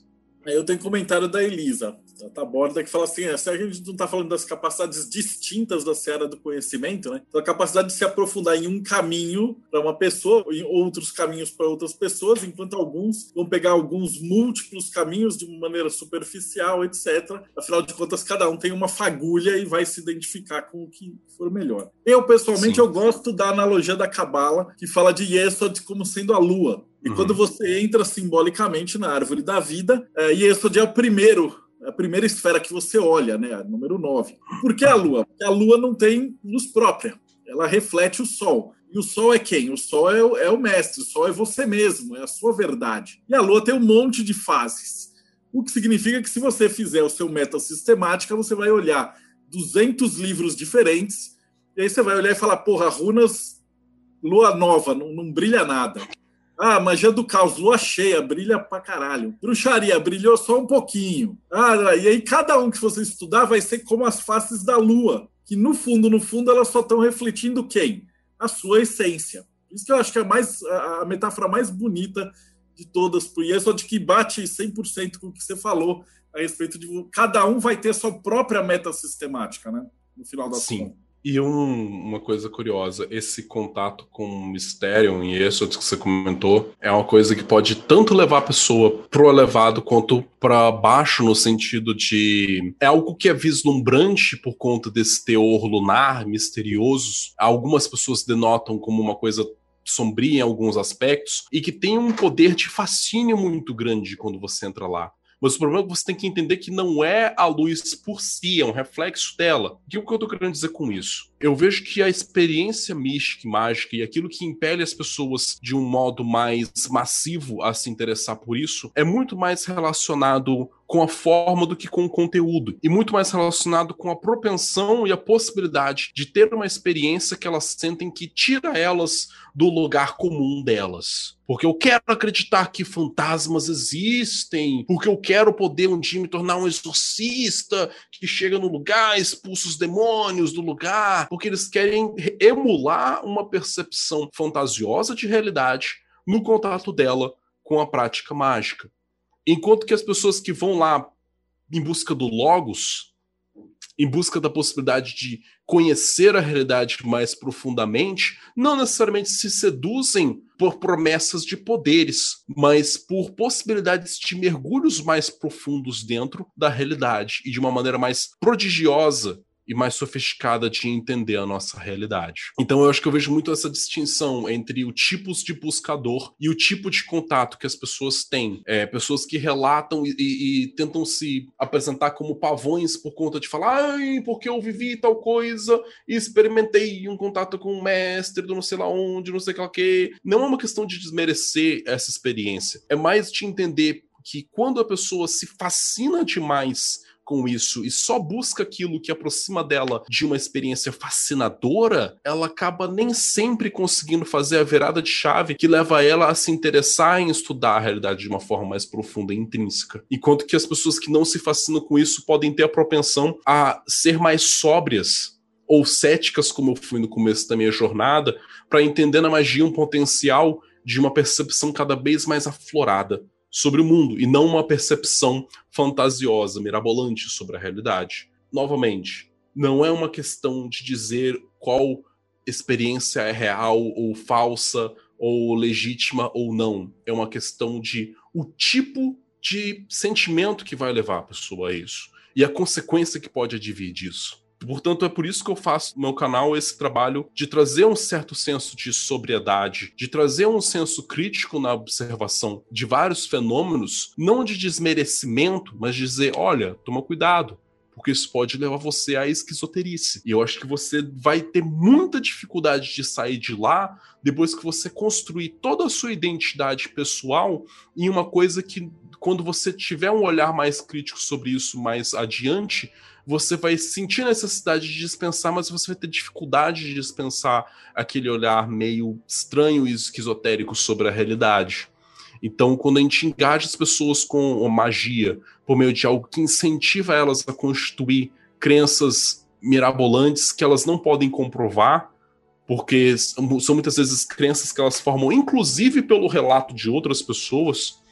Aí eu tenho um comentário da Elisa, da Taborda, que fala assim, é, se a gente não está falando das capacidades distintas da seara do conhecimento, né? Então a capacidade de se aprofundar em um caminho para uma pessoa, em outros caminhos para outras pessoas, enquanto alguns vão pegar alguns múltiplos caminhos de uma maneira superficial, etcétera. Afinal de contas, cada um tem uma fagulha e vai se identificar com o que for melhor. Eu, pessoalmente, Sim. eu gosto da analogia da Cabala, que fala de Yesod como sendo a lua. E uhum. quando você entra simbolicamente na árvore da vida, é, Yesod é o primeiro, a primeira esfera que você olha, né? A número nove. Por que a Lua? Porque a Lua não tem luz própria. Ela reflete o Sol. E o Sol é quem? O Sol é o, é o mestre. O Sol é você mesmo, é a sua verdade. E a Lua tem um monte de fases. O que significa que se você fizer o seu meta sistemática, você vai olhar duzentos livros diferentes, e aí você vai olhar e falar, porra, runas, lua nova, não, não brilha nada. Ah, magia do caos, lua cheia, brilha pra caralho. Bruxaria, brilhou só um pouquinho. Ah, e aí cada um que você estudar vai ser como as faces da lua, que no fundo, no fundo, elas só estão refletindo quem? A sua essência. Por isso que eu acho que é mais, a metáfora mais bonita de todas, por isso de que bate cem por cento com o que você falou a respeito de cada um vai ter a sua própria meta sistemática, né? No final da Sim. Conta. E um, uma coisa curiosa, esse contato com o Mysterium e isso que você comentou é uma coisa que pode tanto levar a pessoa pro elevado quanto para baixo, no sentido de é algo que é vislumbrante por conta desse teor lunar misterioso. Algumas pessoas denotam como uma coisa sombria em alguns aspectos e que tem um poder de fascínio muito grande quando você entra lá. Mas o problema é que você tem que entender que não é a luz por si, é um reflexo dela. O que eu tô querendo dizer com isso? Eu vejo que a experiência mística e mágica e aquilo que impele as pessoas de um modo mais massivo a se interessar por isso é muito mais relacionado com a forma do que com o conteúdo. E muito mais relacionado com a propensão e a possibilidade de ter uma experiência que elas sentem que tira elas do lugar comum delas. Porque eu quero acreditar que fantasmas existem, porque eu quero poder um dia me tornar um exorcista que chega no lugar, expulsa os demônios do lugar, porque eles querem emular uma percepção fantasiosa de realidade no contato dela com a prática mágica. Enquanto que as pessoas que vão lá em busca do Logos, em busca da possibilidade de conhecer a realidade mais profundamente, não necessariamente se seduzem por promessas de poderes, mas por possibilidades de mergulhos mais profundos dentro da realidade e de uma maneira mais prodigiosa e mais sofisticada de entender a nossa realidade. Então eu acho que eu vejo muito essa distinção entre o tipos de buscador e o tipo de contato que as pessoas têm. É, pessoas que relatam e, e, e tentam se apresentar como pavões por conta de falar, ai, porque eu vivi tal coisa e experimentei um contato com um mestre do não sei lá onde, não sei o que. Não é uma questão de desmerecer essa experiência. É mais de entender que quando a pessoa se fascina demais com isso e só busca aquilo que aproxima dela de uma experiência fascinadora, ela acaba nem sempre conseguindo fazer a virada de chave que leva ela a se interessar em estudar a realidade de uma forma mais profunda e intrínseca. Enquanto que as pessoas que não se fascinam com isso podem ter a propensão a ser mais sóbrias ou céticas, como eu fui no começo da minha jornada, para entender na magia um potencial de uma percepção cada vez mais aflorada sobre o mundo, e não uma percepção fantasiosa, mirabolante sobre a realidade. Novamente, não é uma questão de dizer qual experiência é real ou falsa, ou legítima ou não. É uma questão de o tipo de sentimento que vai levar a pessoa a isso, e a consequência que pode advir disso. Portanto, é por isso que eu faço no meu canal esse trabalho de trazer um certo senso de sobriedade, de trazer um senso crítico na observação de vários fenômenos, não de desmerecimento, mas de dizer, olha, toma cuidado, porque isso pode levar você à esquizoterice. E eu acho que você vai ter muita dificuldade de sair de lá depois que você construir toda a sua identidade pessoal em uma coisa que, quando você tiver um olhar mais crítico sobre isso mais adiante, você vai sentir a necessidade de dispensar, mas você vai ter dificuldade de dispensar aquele olhar meio estranho e esquizotérico sobre a realidade. Então, quando a gente engaja as pessoas com magia, por meio de algo que incentiva elas a constituir crenças mirabolantes que elas não podem comprovar, porque são muitas vezes crenças que elas formam, inclusive pelo relato de outras pessoas,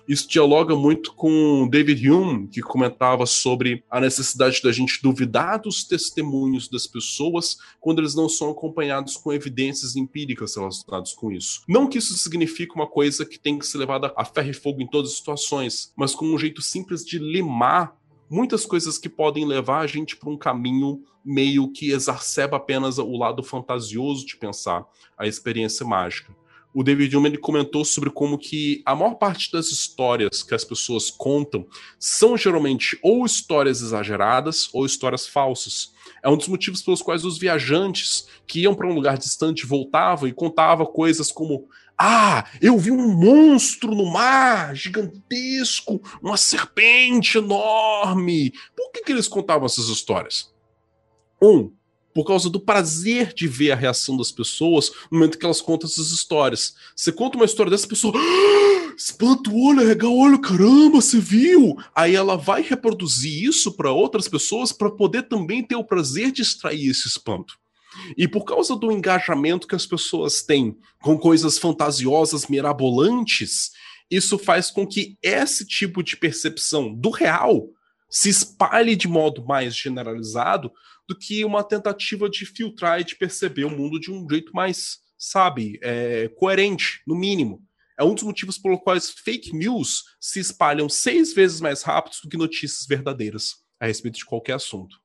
Isso dialoga muito com David Hume, que comentava sobre a necessidade da gente duvidar dos testemunhos das pessoas quando eles não são acompanhados com evidências empíricas relacionadas com isso. Não que isso signifique uma coisa que tem que ser levada a ferro e fogo em todas as situações, mas como um jeito simples de limar muitas coisas que podem levar a gente para um caminho meio que exacerba apenas o lado fantasioso de pensar a experiência mágica. O David Hume ele comentou sobre como que a maior parte das histórias que as pessoas contam são geralmente ou histórias exageradas ou histórias falsas. É um dos motivos pelos quais os viajantes que iam para um lugar distante voltavam e contavam coisas como: ah, eu vi um monstro no mar, gigantesco, uma serpente enorme. Por que que eles contavam essas histórias? Um, por causa do prazer de ver a reação das pessoas no momento que elas contam essas histórias. Você conta uma história dessa pessoa, ah, espanta o olho, arrega o olho, caramba, você viu? Aí ela vai reproduzir isso para outras pessoas para poder também ter o prazer de extrair esse espanto. E por causa do engajamento que as pessoas têm com coisas fantasiosas, mirabolantes, isso faz com que esse tipo de percepção do real se espalhe de modo mais generalizado do que uma tentativa de filtrar e de perceber o mundo de um jeito mais, sabe, é, coerente, no mínimo. É um dos motivos pelos quais fake news se espalham seis vezes mais rápido do que notícias verdadeiras a respeito de qualquer assunto.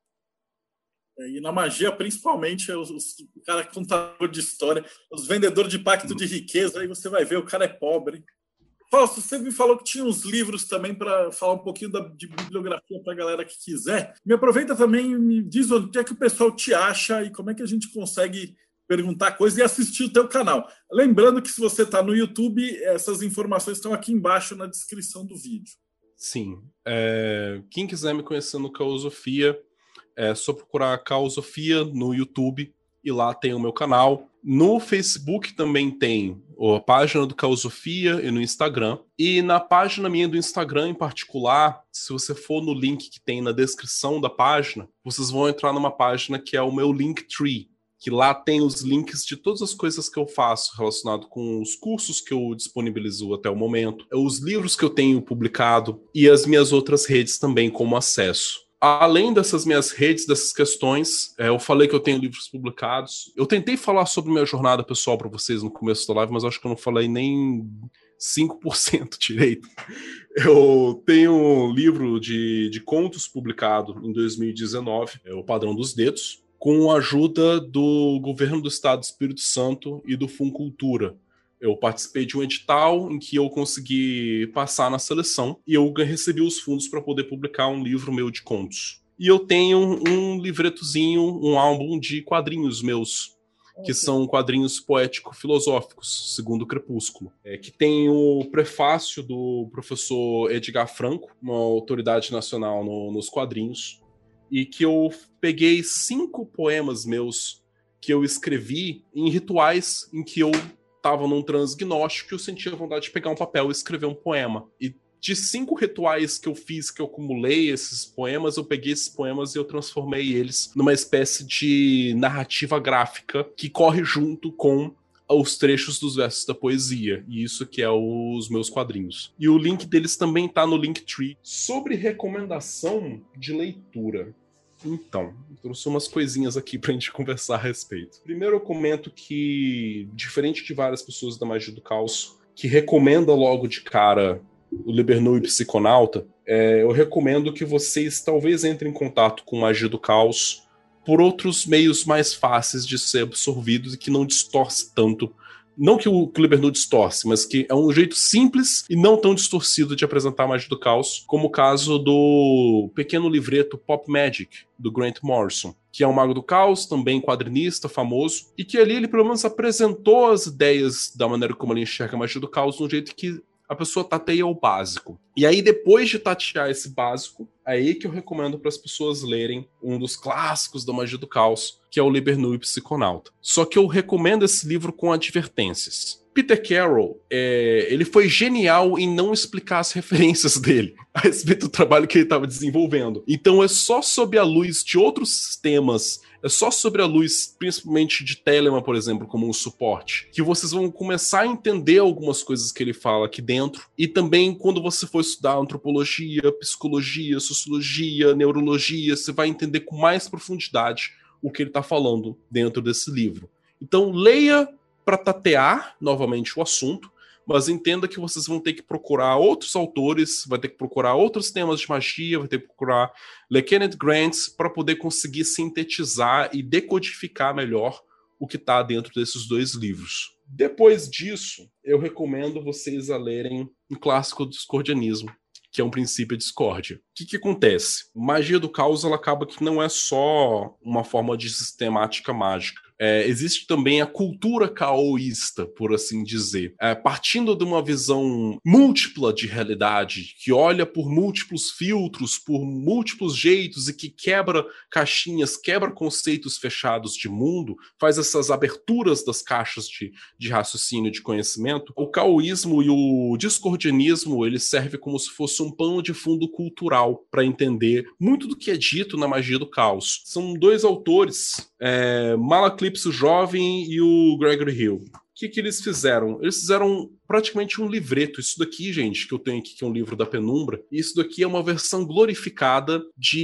E na magia, principalmente, os, os, o cara contador de história, os vendedores de pacto de riqueza, aí você vai ver, o cara é pobre. Fausto, você me falou que tinha uns livros também para falar um pouquinho da, de bibliografia para a galera que quiser. Me aproveita também e me diz onde é que o pessoal te acha e como é que a gente consegue perguntar coisas e assistir o teu canal. Lembrando que se você está no YouTube, essas informações estão aqui embaixo na descrição do vídeo. Sim. É, quem quiser me conhecer no Caosofia, é só procurar Caosofia no YouTube e lá tem o meu canal. No Facebook também tem a página do Caosofia e no Instagram. E na página minha do Instagram em particular, se você for no link que tem na descrição da página, vocês vão entrar numa página que é o meu Linktree, que lá tem os links de todas as coisas que eu faço relacionado com os cursos que eu disponibilizo até o momento, os livros que eu tenho publicado e as minhas outras redes também como acesso. Além dessas minhas redes, dessas questões, é, eu falei que eu tenho livros publicados. Eu tentei falar sobre minha jornada pessoal para vocês no começo da live, mas acho que eu não falei nem cinco por cento direito. Eu tenho um livro de, de contos publicado em dois mil e dezenove, é O Padrão dos Dedos, com a ajuda do Governo do Estado do Espírito Santo e do Funcultura. Eu participei de um edital em que eu consegui passar na seleção e eu recebi os fundos para poder publicar um livro meu de contos. E eu tenho um livretozinho, um álbum de quadrinhos meus, que são quadrinhos poético-filosóficos, segundo o Crepúsculo, é, que tem o prefácio do professor Edgar Franco, uma autoridade nacional no, nos quadrinhos, e que eu peguei cinco poemas meus que eu escrevi em rituais em que eu estava num transe gnóstico e eu sentia vontade de pegar um papel e escrever um poema. E de cinco rituais que eu fiz, que eu acumulei esses poemas, eu peguei esses poemas e eu transformei eles numa espécie de narrativa gráfica que corre junto com os trechos dos versos da poesia. E isso que é os meus quadrinhos. E o link deles também tá no Linktree. Sobre recomendação de leitura. Então, eu trouxe umas coisinhas aqui pra gente conversar a respeito. Primeiro eu comento que, diferente de várias pessoas da Magia do Caos, que recomenda logo de cara o Libernu e Psiconauta, é, eu recomendo que vocês talvez entrem em contato com Magia do Caos por outros meios mais fáceis de ser absorvidos e que não distorce tanto. Não que o, que o Libernu distorce, mas que é um jeito simples e não tão distorcido de apresentar a Magia do Caos, como o caso do pequeno livreto Pop Magic, do Grant Morrison, que é um mago do caos, também quadrinista famoso, e que ali ele pelo menos apresentou as ideias da maneira como ele enxerga a Magia do Caos de um jeito que a pessoa tateia o básico. E aí, depois de tatear esse básico, é aí que eu recomendo para as pessoas lerem um dos clássicos da Magia do Caos, que é o Libernu e Psiconauta. Só que eu recomendo esse livro com advertências. Peter Carroll, é, ele foi genial em não explicar as referências dele a respeito do trabalho que ele estava desenvolvendo. Então é só sob a luz de outros sistemas é só sobre a luz, principalmente de Telemann, por exemplo, como um suporte, que vocês vão começar a entender algumas coisas que ele fala aqui dentro, e também quando você for estudar antropologia, psicologia, sociologia, neurologia, você vai entender com mais profundidade o que ele está falando dentro desse livro. Então leia para tatear novamente o assunto, mas entenda que vocês vão ter que procurar outros autores, vai ter que procurar outros temas de magia, vai ter que procurar ler Kenneth Grant para poder conseguir sintetizar e decodificar melhor o que está dentro desses dois livros. Depois disso, eu recomendo vocês a lerem um clássico do discordianismo, que é um princípio de discórdia. O que, que acontece? Magia do caos, ela acaba que não é só uma forma de sistemática mágica. É, existe também a cultura caoísta, por assim dizer. É, partindo de uma visão múltipla de realidade, que olha por múltiplos filtros, por múltiplos jeitos e que quebra caixinhas, quebra conceitos fechados de mundo, faz essas aberturas das caixas de, de raciocínio, de conhecimento. O caoísmo e o discordianismo, ele serve como se fosse um pano de fundo cultural para entender muito do que é dito na magia do caos. São dois autores, é, Malaclipse o Jovem e o Gregory Hill. O que, que eles fizeram? Eles fizeram praticamente um livreto. Isso daqui, gente, que eu tenho aqui, que é um livro da Penumbra, e isso daqui é uma versão glorificada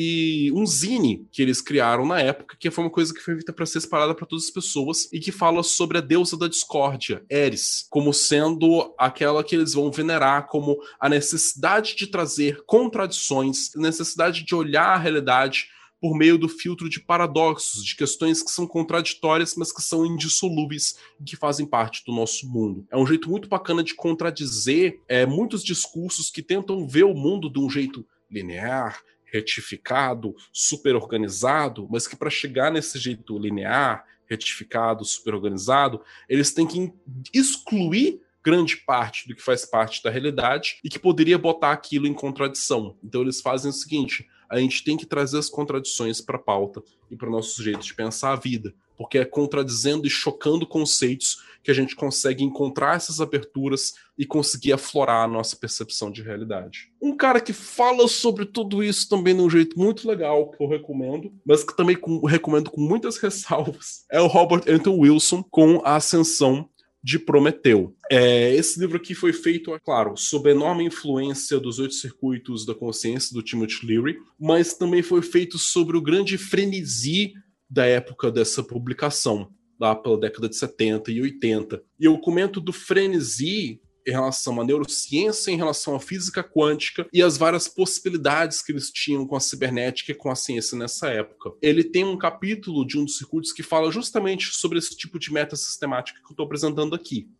de um zine que eles criaram na época, que foi uma coisa que foi feita para ser espalhada para todas as pessoas e que fala sobre a deusa da discórdia, Eris, como sendo aquela que eles vão venerar como a necessidade de trazer contradições, a necessidade de olhar a realidade por meio do filtro de paradoxos, de questões que são contraditórias, mas que são indissolúveis e que fazem parte do nosso mundo. É um jeito muito bacana de contradizer é, muitos discursos que tentam ver o mundo de um jeito linear, retificado, super organizado, mas que para chegar nesse jeito linear, retificado, super organizado, eles têm que excluir grande parte do que faz parte da realidade e que poderia botar aquilo em contradição. Então eles fazem o seguinte: a gente tem que trazer as contradições para a pauta e para o nosso jeito de pensar a vida, porque é contradizendo e chocando conceitos que a gente consegue encontrar essas aberturas e conseguir aflorar a nossa percepção de realidade. Um cara que fala sobre tudo isso também de um jeito muito legal, que eu recomendo, mas que também com, recomendo com muitas ressalvas, é o Robert Anton Wilson com A Ascensão de Prometeu. É, esse livro aqui foi feito, é claro, sob a enorme influência dos oito circuitos da consciência do Timothy Leary, mas também foi feito sobre o grande frenesi da época dessa publicação, lá pela década de setenta e oitenta. E eu comento do frenesi em relação à neurociência, em relação à física quântica e as várias possibilidades que eles tinham com a cibernética e com a ciência nessa época. Ele tem um capítulo de um dos circuitos que fala justamente sobre esse tipo de meta sistemática que eu estou apresentando aqui,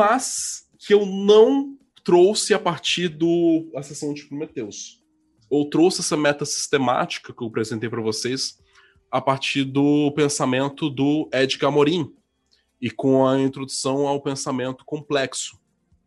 mas que eu não trouxe a partir do Ascensão de Prometeus. Eu trouxe essa meta sistemática que eu apresentei para vocês a partir do pensamento do Edgar Morin e com a introdução ao pensamento complexo,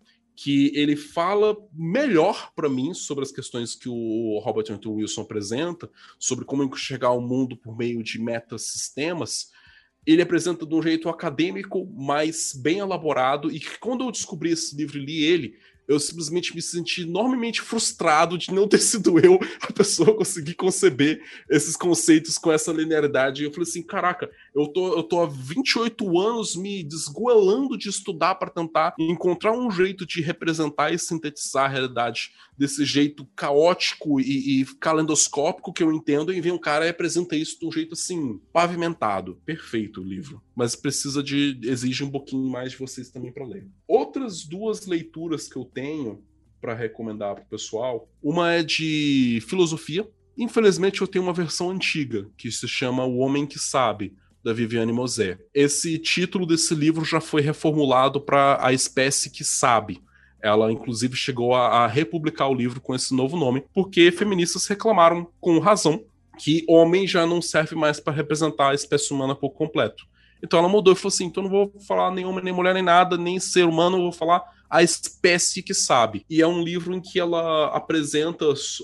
que ele fala melhor para mim sobre as questões que o Robert Anton Wilson apresenta, sobre como enxergar o mundo por meio de metasistemas. Ele apresenta de um jeito acadêmico, mas bem elaborado, e que quando eu descobri esse livro e li ele, eu simplesmente me senti enormemente frustrado de não ter sido eu a pessoa a conseguir conceber esses conceitos com essa linearidade. E eu falei assim, caraca, eu tô, eu tô há vinte e oito anos me desgoelando de estudar para tentar encontrar um jeito de representar e sintetizar a realidade desse jeito caótico e, e calendoscópico que eu entendo, e vem um cara e apresenta isso de um jeito assim, pavimentado. Perfeito o livro. Mas precisa de, exige um pouquinho mais de vocês também para ler. Outras duas leituras que eu tenho para recomendar para o pessoal, uma é de filosofia. Infelizmente eu tenho uma versão antiga, que se chama O Homem que Sabe, da Viviane Mosé. Esse título desse livro já foi reformulado para A Espécie que Sabe. Ela, inclusive, chegou a, a republicar o livro com esse novo nome, porque feministas reclamaram, com razão, que homem já não serve mais para representar a espécie humana por completo. Então ela mudou e falou assim, então eu não vou falar nem homem, nem mulher, nem nada, nem ser humano, eu vou falar A Espécie que Sabe. E é um livro em que ela apresenta,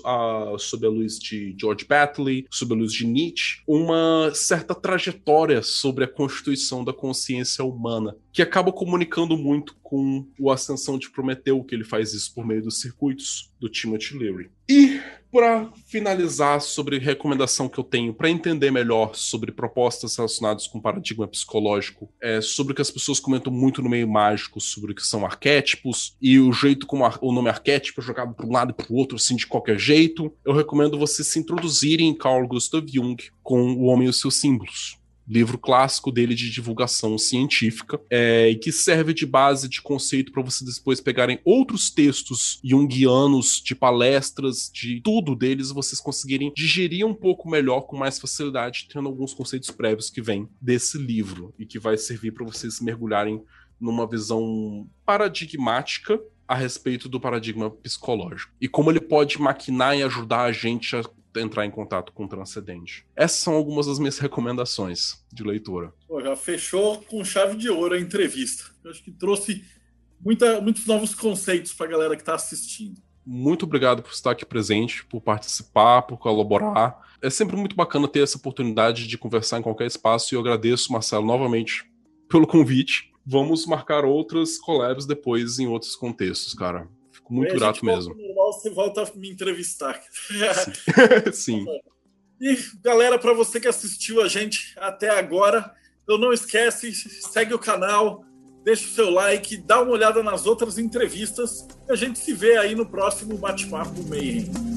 a, sob a luz de George Batley, sob a luz de Nietzsche, uma certa trajetória sobre a constituição da consciência humana, que acaba comunicando muito com o Ascensão de Prometeu, que ele faz isso por meio dos circuitos do Timothy Leary. E para finalizar sobre recomendação que eu tenho para entender melhor sobre propostas relacionadas com paradigma psicológico, é sobre o que as pessoas comentam muito no meio mágico, sobre o que são arquétipos e o jeito como o nome arquétipo é jogado para um lado e para o outro, assim, de qualquer jeito, eu recomendo vocês se introduzirem em Carl Gustav Jung com O Homem e os Seus Símbolos. Livro clássico dele de divulgação científica, é, e que serve de base de conceito para vocês depois pegarem outros textos junguianos, de palestras, de tudo deles, vocês conseguirem digerir um pouco melhor, com mais facilidade, tendo alguns conceitos prévios que vêm desse livro, e que vai servir para vocês mergulharem numa visão paradigmática a respeito do paradigma psicológico. E como ele pode maquinar e ajudar a gente a entrar em contato com o transcendente. Essas são algumas das minhas recomendações de leitura. Pô, já fechou com chave de ouro a entrevista. Eu acho que trouxe muita, muitos novos conceitos para a galera que está assistindo. Muito obrigado por estar aqui presente, por participar, por colaborar. É sempre muito bacana ter essa oportunidade de conversar em qualquer espaço e eu agradeço, Marcelo, novamente pelo convite. Vamos marcar outras collabs depois em outros contextos, cara. Fico muito Aí, grato mesmo. Normal, você volta a me entrevistar. Sim. Sim. E, galera, para você que assistiu a gente até agora, então não esquece, segue o canal, deixa o seu like, dá uma olhada nas outras entrevistas e a gente se vê aí no próximo Bate-Papo Mayhem.